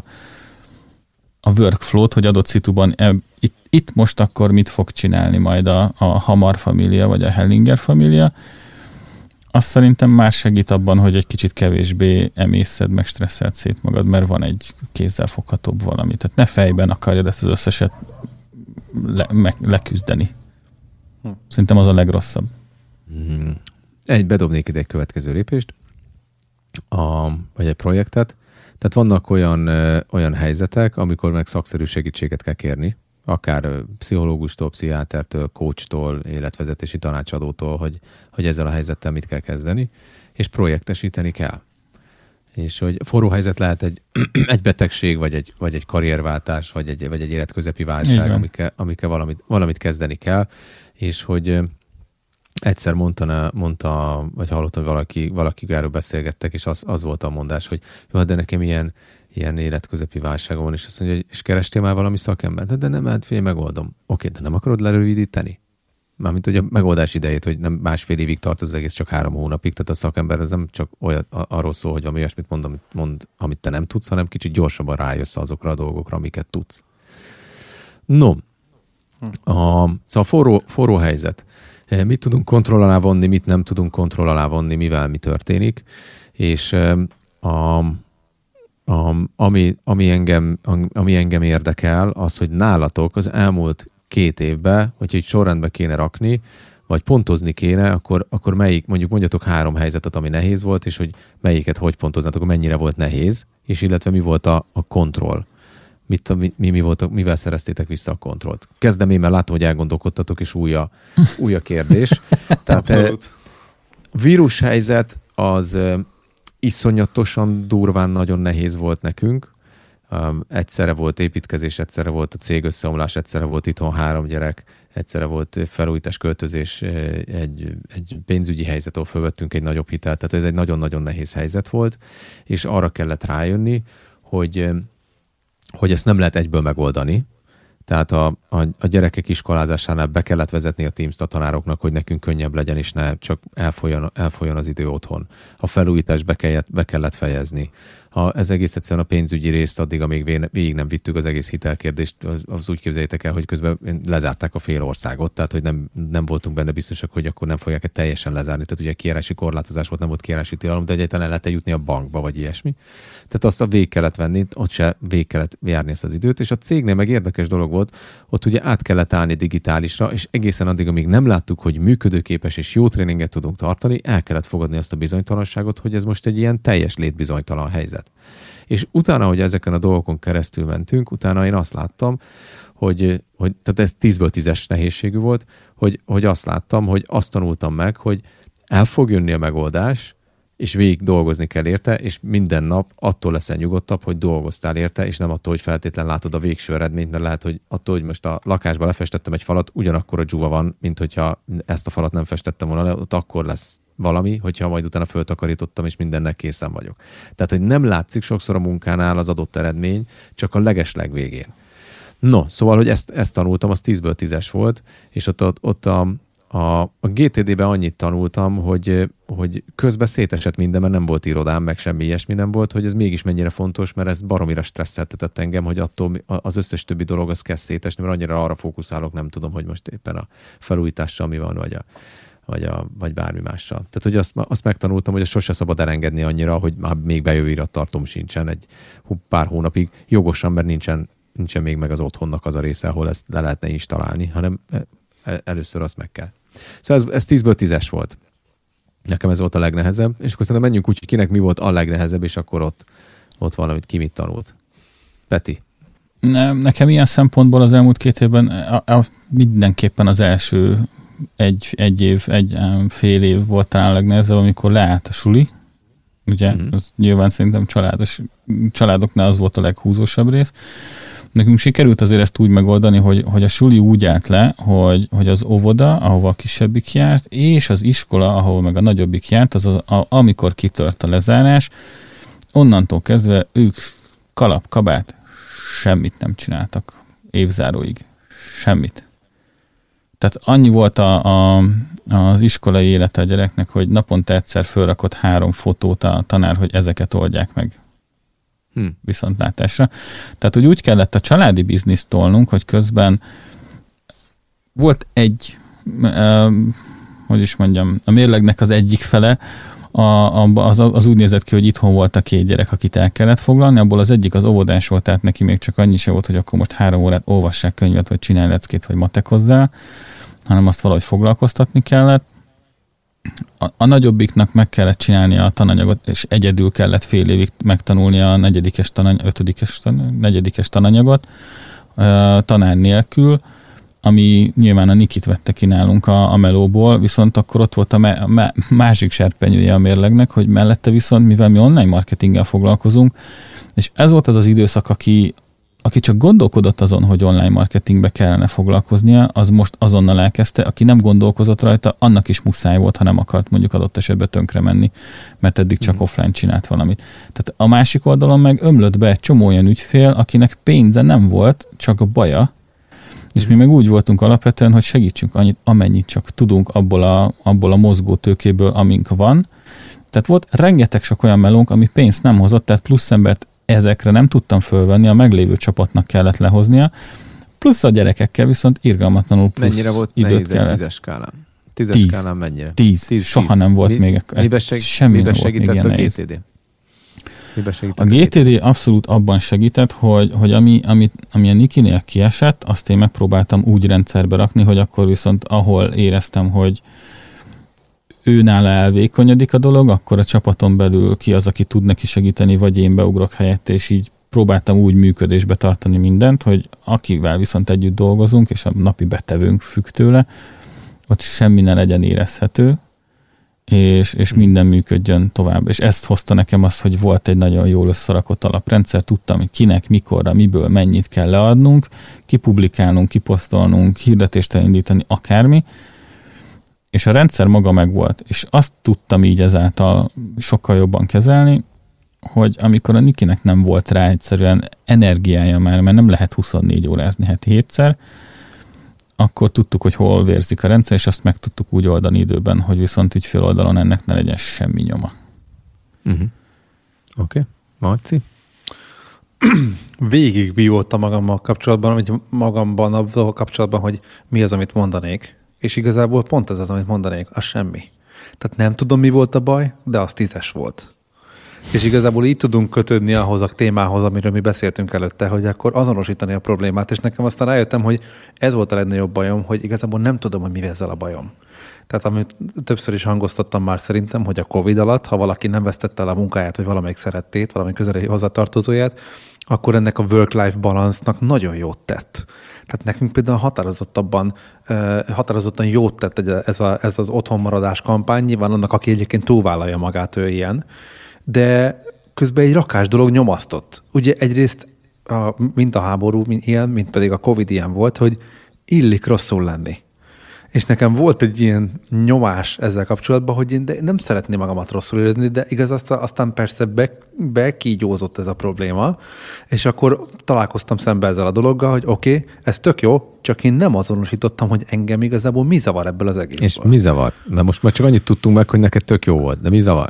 a workflow-t, hogy adott szituban itt most akkor mit fog csinálni majd a Hamar família, vagy a Hellinger família, azt szerintem már segít abban, hogy egy kicsit kevésbé emészed, meg stresszelt szét magad, mert van egy kézzelfoghatóbb valami. Tehát ne fejben akarjad ezt az összeset leküzdeni. Szerintem az a legrosszabb. Bedobnék ide egy következő lépést, vagy egy projektet. Tehát vannak olyan helyzetek, amikor meg szakszerű segítséget kell kérni, akár pszichológustól, pszichiátertől, coachtól, életvezetési tanácsadótól, hogy ezzel a helyzettel mit kell kezdeni, és projektesíteni kell. És hogy forró helyzet lehet egy betegség, vagy egy karrierváltás, vagy egy életközepi válság, amikkel valamit kezdeni kell, és hogy egyszer mondta, vagy hallottam, hogy valaki erről beszélgettek, és az volt a mondás, hogy jó, de nekem ilyen életközepi válságom van, és azt mondja, hogy és kerestél már valami szakembert? De nem, hát figyelj, megoldom. Oké, de nem akarod lerövidíteni? Mármint, hogy a megoldás idejét, hogy nem 1,5 évig tart az egész, csak 3 hónapig, tehát a szakember ez nem csak arról szól, hogy valami olyasmit mond, amit te nem tudsz, hanem kicsit gyorsabban rájössz azokra a dolgokra, amiket tudsz. No, szóval forró helyzet. Mit tudunk kontroll alá vonni, mit nem tudunk kontroll alá vonni, mivel mi történik, és ami engem érdekel, az, hogy nálatok az elmúlt 2 évben, hogyha egy sorrendbe kéne rakni, vagy pontozni kéne, akkor mondjatok 3 helyzetet, ami nehéz volt, és hogy melyiket hogy pontoznátok, mennyire volt nehéz, és illetve mi volt a kontroll. Mivel szereztétek vissza a kontrollt? Kezdem én, mert látom, hogy elgondolkodtatok, és új a kérdés. Tehát vírushelyzet az iszonyatosan durván nagyon nehéz volt nekünk. Egyszerre volt építkezés, egyszerre volt a cég összeomlás, egyszerre volt itthon 3 gyerek, egyszerre volt felújítás, költözés, egy pénzügyi helyzettől fölvettünk egy nagyobb hitelt. Tehát ez egy nagyon-nagyon nehéz helyzet volt, és arra kellett rájönni, hogy ezt nem lehet egyből megoldani. Tehát a gyerekek iskolázásánál be kellett vezetni a Teams-t a tanároknak, hogy nekünk könnyebb legyen, és ne csak elfolyjon az idő otthon. A felújítást be kellett fejezni. Ez egész egyszerűen a pénzügyi részt addig, amíg végig nem vittük az egész hitelkérdést, az úgy képzeljétek el, hogy közben lezárták a fél országot, tehát hogy nem voltunk benne biztosak, hogy akkor nem fogják teljesen lezárni. Tehát ugye kijárási korlátozás volt, nem volt kijárási tilalom, de egyáltalán lehet jutni a bankba, vagy ilyesmi. Tehát azt végig kellett venni, ott se végig kellett járni ezt az időt, és a cégnél meg érdekes dolog volt, ott ugye át kellett állni digitálisra, és egészen addig, amíg nem láttuk, hogy működőképes és jó tréninget tudunk tartani, el kellett fogadni azt a bizonytalanságot, hogy ez most egy ilyen teljes létbizonytalan helyzet. És utána, hogy ezeken a dolgokon keresztül mentünk, utána én azt láttam, tehát ez 10-ből 10-es nehézségű volt, hogy azt láttam, hogy azt tanultam meg, hogy el fog jönni a megoldás, és végig dolgozni kell érte, és minden nap attól leszel nyugodtabb, hogy dolgoztál érte, és nem attól, hogy feltétlen látod a végső eredményt, mert lehet, hogy attól, hogy most a lakásba lefestettem egy falat, ugyanakkor a dzsuva van, mint hogyha ezt a falat nem festettem volna le, ott akkor lesz valami, hogyha majd utána föltakarítottam, és mindennek készen vagyok. Tehát, hogy nem látszik sokszor a munkánál az adott eredmény, csak a legesleg végén. No, szóval, hogy ezt tanultam, az 10-ből 10-es volt, és ott a GTD-ben annyit tanultam, hogy közben szétesett minden, mert nem volt irodám, meg semmi ilyesmi nem volt, hogy ez mégis mennyire fontos, mert ez baromira stresszeltetett engem, hogy attól az összes többi dolog az kezd szétesni, mert annyira arra fókuszálok, nem tudom, hogy most éppen a felújítással mi van, vagy bármi mással. Tehát, hogy azt megtanultam, hogy sose szabad elengedni annyira, hogy már még bejövő irattartom sincsen egy pár hónapig, jogosan, mert nincsen még meg az otthonnak az a része, ahol ezt le lehetne installálni, hanem először azt meg kell. Szóval ez 10-ből 10-es volt. Nekem ez volt a legnehezebb, és akkor szerintem menjünk úgy, hogy kinek mi volt a legnehezebb, és akkor ott valamit ki mit tanult. Peti? Nekem ilyen szempontból az elmúlt 2 évben mindenképpen az első fél év volt talán a legnehezebb, amikor leállt a suli. Ugye, az nyilván szerintem családoknál az volt a leghúzósabb rész. Nekünk sikerült azért ezt úgy megoldani, hogy a suli úgy állt le, hogy az óvoda, ahova a kisebbik járt, és az iskola, ahol meg a nagyobbik járt, amikor kitört a lezárás, onnantól kezdve ők kabát, semmit nem csináltak évzáróig. Semmit. Tehát annyi volt az iskolai élete a gyereknek, hogy naponta egyszer fölrakott 3 fotót a tanár, hogy ezeket oldják meg. Viszontlátásra. Tehát, hogy úgy kellett a családi bizniszt tolnunk, hogy közben volt hogy is mondjam, a mérlegnek az egyik fele, az úgy nézett ki, hogy itthon volt a 2 gyerek, akit el kellett foglalni, abból az egyik az óvodás volt, tehát neki még csak annyi se volt, hogy akkor most 3 órát olvassák könyvet, vagy csinálj leckét, vagy matekozzál, hanem azt valahogy foglalkoztatni kellett. A nagyobbiknak meg kellett csinálni a tananyagot, és egyedül kellett fél évig megtanulni a 4. tananyagot tanár nélkül, ami nyilván a Nikit vette ki nálunk a melóból, viszont akkor ott volt a másik serpenyője a mérlegnek, hogy mellette viszont, mivel mi online marketinggel foglalkozunk, és ez volt az időszak, aki csak gondolkodott azon, hogy online marketingbe kellene foglalkoznia, az most azonnal elkezdte, aki nem gondolkozott rajta, annak is muszáj volt, ha nem akart mondjuk adott esetben tönkre menni, mert eddig csak offline csinált valamit. Tehát a másik oldalon meg ömlött be egy csomó olyan ügyfél, akinek pénze nem volt, csak a baja, és mi meg úgy voltunk alapvetően, hogy segítsünk annyit, amennyit csak tudunk abból a mozgó tőkéből, amink van. Tehát volt rengeteg sok olyan melónk, ami pénzt nem hozott, tehát plusz embert ezekre nem tudtam fölvenni, a meglévő csapatnak kellett lehoznia, plusz a gyerekekkel viszont irgalmatlanul plusz mennyire volt időt kellett. 10-es skálán? 10-es skálán mennyire? 10. Soha nem volt még. Miben segített a GTD? A GTD abszolút abban segített, hogy ami a Nikinél kiesett, azt én megpróbáltam úgy rendszerbe rakni, hogy akkor viszont ahol éreztem, hogy ő nála elvékonyodik a dolog, akkor a csapaton belül ki az, aki tud neki segíteni, vagy én beugrok helyett, és így próbáltam úgy működésbe tartani mindent, hogy akivel viszont együtt dolgozunk, és a napi betevőnk függ tőle, ott semmi ne legyen érezhető, és minden működjön tovább. És ezt hozta nekem az, hogy volt egy nagyon jól összerakott alaprendszer, tudtam, hogy kinek, mikorra, miből, mennyit kell leadnunk, kipublikálnunk, kiposztolnunk, hirdetést elindítani, akármi, és a rendszer maga megvolt, és azt tudtam így ezáltal sokkal jobban kezelni, hogy amikor a Nikinek nem volt rá egyszerűen energiája már, mert nem lehet 24 órázni heti 7-szer, akkor tudtuk, hogy hol vérzik a rendszer, és azt meg tudtuk úgy oldani időben, hogy viszont ügyfél oldalon ennek ne legyen semmi nyoma. Oké. Marci? Végig vívódtam magammal kapcsolatban, vagy magamban avval kapcsolatban, hogy mi az, amit mondanék. És igazából pont ez az, amit mondanék, az semmi. Tehát nem tudom, mi volt a baj, de az 10-es volt. És igazából így tudunk kötődni ahhoz a témához, amiről mi beszéltünk előtte, hogy akkor azonosítani a problémát, és nekem aztán rájöttem, hogy ez volt a legnagyobb bajom, hogy igazából nem tudom, hogy mi ezzel a bajom. Tehát amit többször is hangoztattam már szerintem, hogy a Covid alatt, ha valaki nem vesztette el a munkáját, vagy valamelyik szerettét, valami közeli hozzátartozóját, akkor ennek a work-life balance-nak nagyon jót tett. Tehát nekünk például határozottan jót tett ez az otthonmaradás kampány, nyilván annak, aki egyébként túlvállalja magát, ő ilyen, de közben egy rakás dolog nyomasztott. Ugye egyrészt mind a háború mint pedig a Covid ilyen volt, hogy illik rosszul lenni. És nekem volt egy ilyen nyomás ezzel kapcsolatban, hogy én nem szeretném magamat rosszul érezni, de igaz, aztán persze bekígyózott ez a probléma, és akkor találkoztam szembe ezzel a dologgal, hogy oké, ez tök jó, csak én nem azonosítottam, hogy engem igazából mi zavar ebből az egészből. És mi zavar? Mert most már csak annyit tudtunk meg, hogy neked tök jó volt, de mi zavar?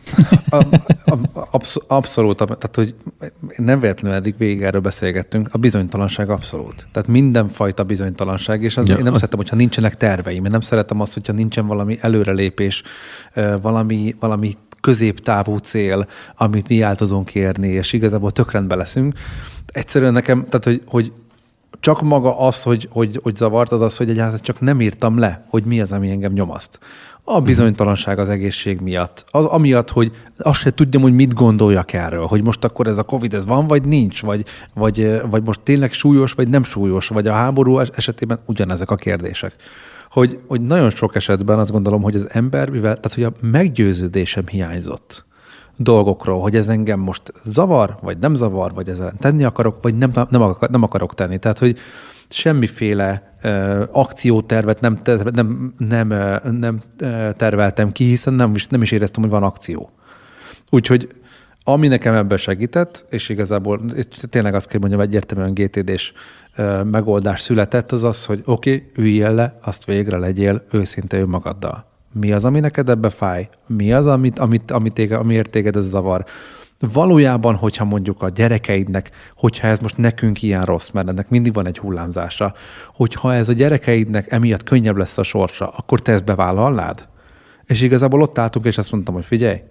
Abszolút, tehát hogy nem véletlenül eddig végig erről beszélgettünk, a bizonytalanság abszolút. Tehát mindenfajta bizonytalanság, és én nem szeretem, hogyha nincsenek terveim, én nem szeretem azt, hogyha nincsen valami előrelépés, valami középtávú cél, amit mi el tudunk érni, és igazából tök rendben leszünk. Egyszerűen nekem, tehát hogy csak maga az, hogy zavart, az, hogy egyáltalán csak nem írtam le, hogy mi az, ami engem nyomaszt. A bizonytalanság az egészség miatt. Az amiatt, hogy azt se tudjam, hogy mit gondoljak erről, hogy most akkor ez a Covid, ez van, vagy nincs, vagy most tényleg súlyos, vagy nem súlyos, vagy a háború esetében ugyanezek a kérdések. Hogy nagyon sok esetben azt gondolom, hogy az ember, tehát hogy a meggyőződésem hiányzott dolgokról, hogy ez engem most zavar, vagy nem zavar, vagy ezzel tenni akarok, vagy nem akarok tenni. Tehát, hogy semmiféle akciótervet nem terveltem ki, hiszen nem is éreztem, hogy van akció. Úgyhogy ami nekem ebben segített, és igazából tényleg azt kell mondjam, egyértelműen GTD-s megoldás született, az az, hogy oké, üljél le, azt végre legyél őszinte önmagaddal. Mi az, ami neked ebbe fáj? Mi az, amiért téged ez zavar? Valójában, hogyha mondjuk a gyerekeidnek, hogyha ez most nekünk ilyen rossz, mert ennek mindig van egy hullámzása, hogyha ez a gyerekeidnek emiatt könnyebb lesz a sorsa, akkor te ezt bevállalnád? És igazából ott álltunk, és azt mondtam, hogy figyelj,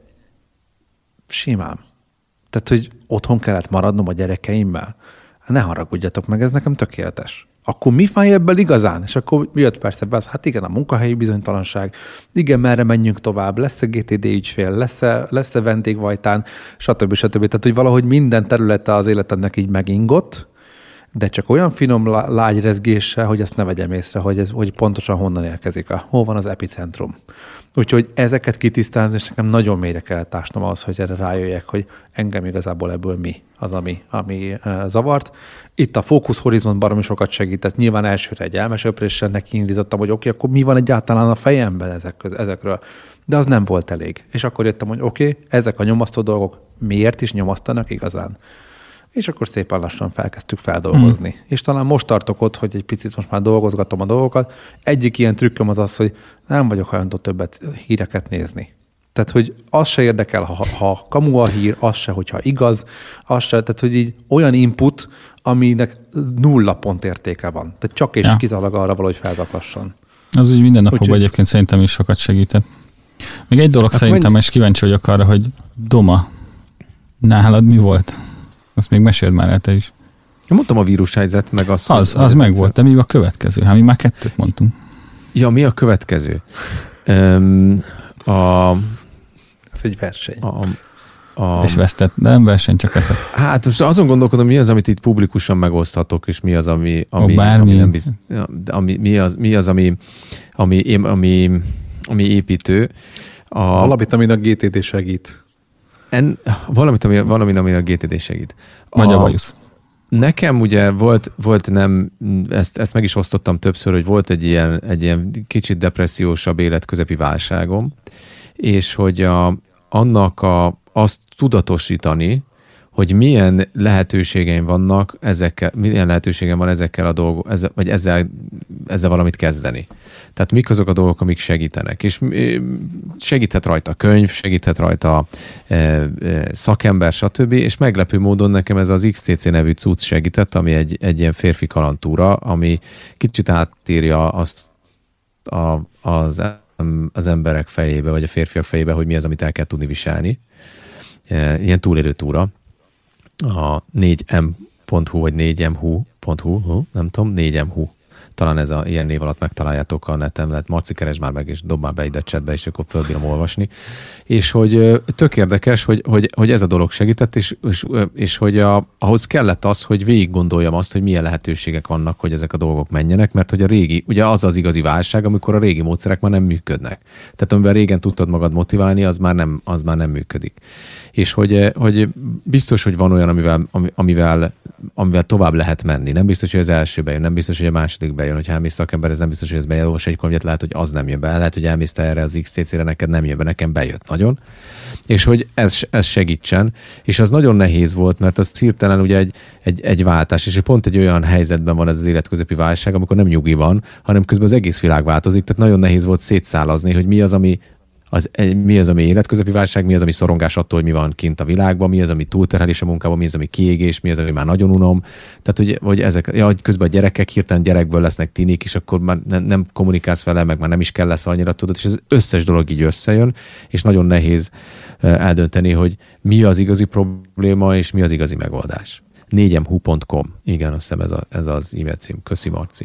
simán. Tehát, hogy otthon kellett maradnom a gyerekeimmel. Ne haragudjatok meg, ez nekem tökéletes. Akkor mi fáj ebből igazán? És akkor jött persze be az, hát igen, a munkahelyi bizonytalanság, igen, merre menjünk tovább, lesz-e GTD ügyfél, lesz-e vendégvajtán, stb. Tehát, hogy valahogy minden területe az életednek így megingott, de csak olyan finom lágy rezgéssel, hogy ezt ne vegyem észre, hogy pontosan honnan érkezik, hol van az epicentrum. Úgyhogy ezeket kitisztázni, és nekem nagyon mélyre kellett ásnom ahhoz, hogy erre rájöjjek, hogy engem igazából ebből mi az, ami zavart. Itt a Fókusz Horizont baromi sokat segített. Nyilván elsőre egy elmesöpréssel neki indítottam, hogy oké, akkor mi van egyáltalán a fejemben ezekről. De az nem volt elég. És akkor jöttem, hogy oké, ezek a nyomasztó dolgok miért is nyomasztanak igazán. És akkor szépen lassan felkezdtük feldolgozni. És talán most tartok ott, hogy egy picit most már dolgozgatom a dolgokat. Egyik ilyen trükköm az, hogy nem vagyok hajlandó többet híreket nézni. Tehát, hogy az se érdekel, ha kamu a hír, az se, hogyha igaz, az se, tehát, hogy így olyan input, aminek 0 pont értéke van. Tehát csak és kizárólag arra valahogy felzaklasson. Az úgy minden napokban egyébként szerintem is sokat segített. Még egy dolog szerintem, és kíváncsi vagyok arra, hogy Doma, nálad mi volt? Azt még meséld már el te is. Én mondtam a vírushelyzet, meg azt. Az meg volt, de mi a következő? Hát mi már 2 mondtunk. Ja, mi a következő? Ez egy verseny. És vesztett, de nem verseny, csak vesztett. Hát most azon gondolkodom, mi az, amit itt publikusan megoszthatok, és mi az, ami nem biztos. Mi az, ami építő. Valamit, amin a GTD segít. Valamit, amin a GTD segít. Vagy a bajusz. Nekem ugye volt nem, ezt meg is osztottam többször, hogy volt egy ilyen kicsit depressziósabb életközepi válságom, és hogy azt tudatosítani, hogy milyen lehetőségeim vannak ezekkel a dolgok, vagy ezzel valamit kezdeni. Tehát mik azok a dolgok, amik segítenek. És segíthet rajta könyv, segíthet rajta szakember, stb. És meglepő módon nekem ez az XCC nevű cucc segített, ami egy ilyen férfi kalandtúra, ami kicsit átírja azt az emberek fejébe, vagy a férfiak fejébe, hogy mi az, amit el kell tudni viselni. Ilyen túlélő túra. A 4m.hu vagy 4mhu.hu, nem tudom, 4mhu talán ez a ilyen név alatt megtaláljátok a neten, lehet Marci, keresd már meg, és dob már be ide chatbe, és akkor fölbírom olvasni. És hogy tök érdekes, hogy ez a dolog segített, és hogy ahhoz kellett az, hogy végig gondoljam azt, hogy milyen lehetőségek vannak, hogy ezek a dolgok menjenek, mert hogy a régi, ugye az igazi válság, amikor a régi módszerek már nem működnek. Tehát amivel régen tudtad magad motiválni, az már nem működik. És hogy biztos, hogy van olyan, amivel tovább lehet menni. Nem biztos, hogy az első bejön, nem biztos, hogy a második bejön. Hogyha elmész szakember, ez nem biztos, hogy ez bejön. Olvas egy könyvet, lehet, hogy az nem jön be. Lehet, hogy elmész te erre az XCC-re, neked nem jön be, nekem bejött nagyon. És hogy ez segítsen. És az nagyon nehéz volt, mert az hirtelen ugye egy váltás, és pont egy olyan helyzetben van ez az életközepi válság, amikor nem nyugi van, hanem közben az egész világ változik. Tehát nagyon nehéz volt szétszálazni, hogy mi az, ami életközepi válság, mi az, ami szorongás attól, hogy mi van kint a világban, mi az, ami túlterhelés a munkában, mi az, ami kiégés, mi az, ami már nagyon unom. Tehát, hogy ezek, közben a gyerekek hirtelen gyerekből lesznek tinik, és akkor már nem kommunikálsz vele, meg már nem is kell lesz annyira, tudod, és az összes dolog így összejön, és nagyon nehéz eldönteni, hogy mi az igazi probléma, és mi az igazi megoldás. 4mhu.com. Igen, azt hiszem ez az e-mail cím. Köszi, Marci.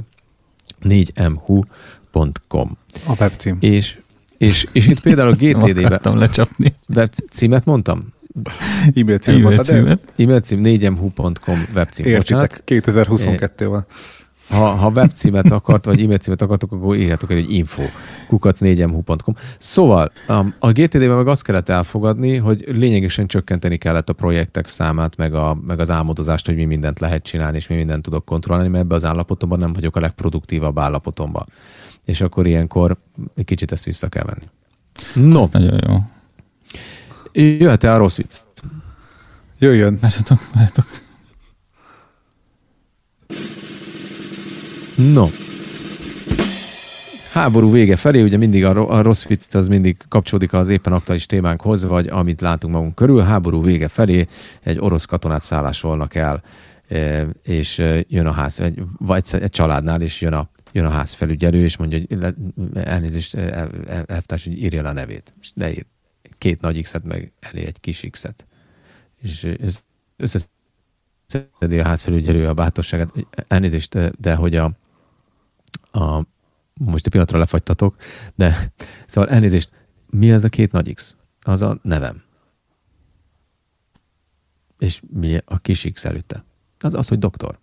4mhu.com. A webcím. És itt például a GTD-ben... Akartam lecsapni. Címet mondtam? E-mail cím 4mhu.com webcím. Értitek, 2022-ben. Ha webcímet akart, vagy e-mail címet akartok, akkor írjátok el, hogy info@4mhu.com. Szóval a GTD-ben meg azt kellett elfogadni, hogy lényegesen csökkenteni kellett a projektek számát, meg az álmodozást, hogy mi mindent lehet csinálni, és mi mindent tudok kontrollálni, mert ebbe az állapotomban nem vagyok a legproduktívabb állapotomban. És akkor ilyenkor egy kicsit ezt vissza kell venni. No. Ez nagyon jó. Jöhet-e a rossz vicc? Jöjjön. Várjatok. No. Háború vége felé, ugye mindig a rossz vicc az mindig kapcsolódik az éppen aktuális témánkhoz, vagy amit látunk magunk körül. Háború vége felé egy orosz katonát szállásolnak el, és jön a ház, vagy egy családnál, és jön a házfelügyelő, és mondja, hogy elnézést, elvtárs, hogy írja le a nevét. És leír 2 nagy X-et, meg elé egy kis X-et. És összeszedi a házfelügyelő a bátorságát. Elnézést, de hogy most egy pillanatra lefagytatok, de szóval elnézést, mi az a 2 nagy X? Az a nevem. És mi a kis X előtte? Az, hogy doktor.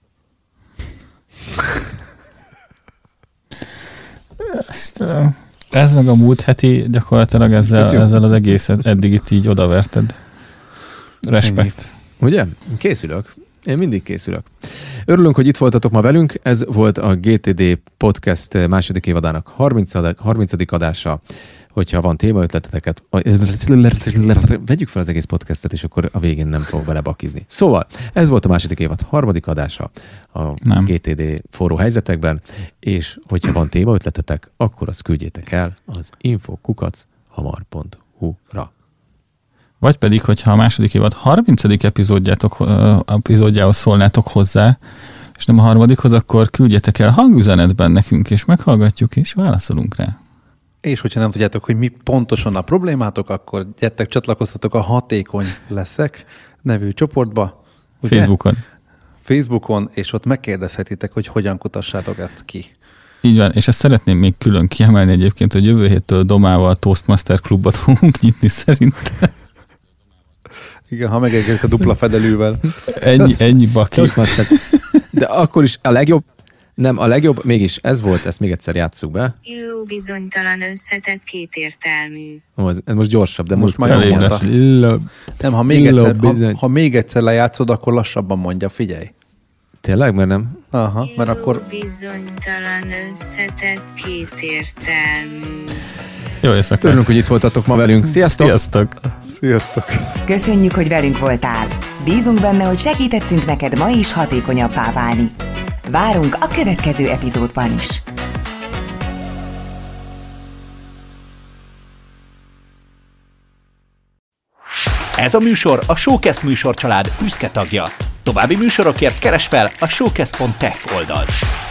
Ez meg a múlt heti gyakorlatilag ezzel az egészet eddig itt így odaverted. Respekt. Ugye? Készülök. Én mindig készülök. Örülünk, hogy itt voltatok ma velünk. Ez volt a GTD Podcast második évadának 30. adása. Hogyha van témaötleteket, vegyük fel az egész podcastet, és akkor a végén nem fog vele bakizni. Szóval, ez volt a második évad harmadik adása a GTD forró helyzetekben, és hogyha van témaötletetek, akkor azt küldjétek el az info@hamar.hu-ra. Vagy pedig, hogyha a második évad 30. epizódjához szólnátok hozzá, és nem a harmadikhoz, akkor küldjetek el hangüzenetben nekünk, és meghallgatjuk, és válaszolunk rá. És hogyha nem tudjátok, hogy mi pontosan a problémátok, akkor gyertek, csatlakoztatok a Hatékony Leszek nevű csoportba. Ugye? Facebookon, és ott megkérdezhetitek, hogy hogyan kutassátok ezt ki. Így van, és ezt szeretném még külön kiemelni egyébként, hogy jövő héttől Domával Toastmaster klubot fogunk nyitni szerintem. Igen, ha megegyedik a dupla fedelővel. Ennyi baki. De akkor is a legjobb, mégis ez volt, ezt még egyszer játsszuk be. Illó bizonytalan összetett kétértelmű. Ez most gyorsabb, de most már mondta. Nem, ha még egyszer lejátszod, akkor lassabban mondja, figyelj. Tényleg, mert nem? Aha, mert akkor... Bizonytalan összetett kétértelmű. Jó éjszakát. Örülünk, hogy itt voltatok ma velünk. Sziasztok! Sziasztok! Köszönjük, hogy velünk voltál. Bízunk benne, hogy segítettünk neked ma is hatékonyabbá válni. Várunk a következő epizódban is. Ez a műsor a Showcast műsorcsalád büszke tagja. További műsorokért keresd fel a showcast.tech oldalt.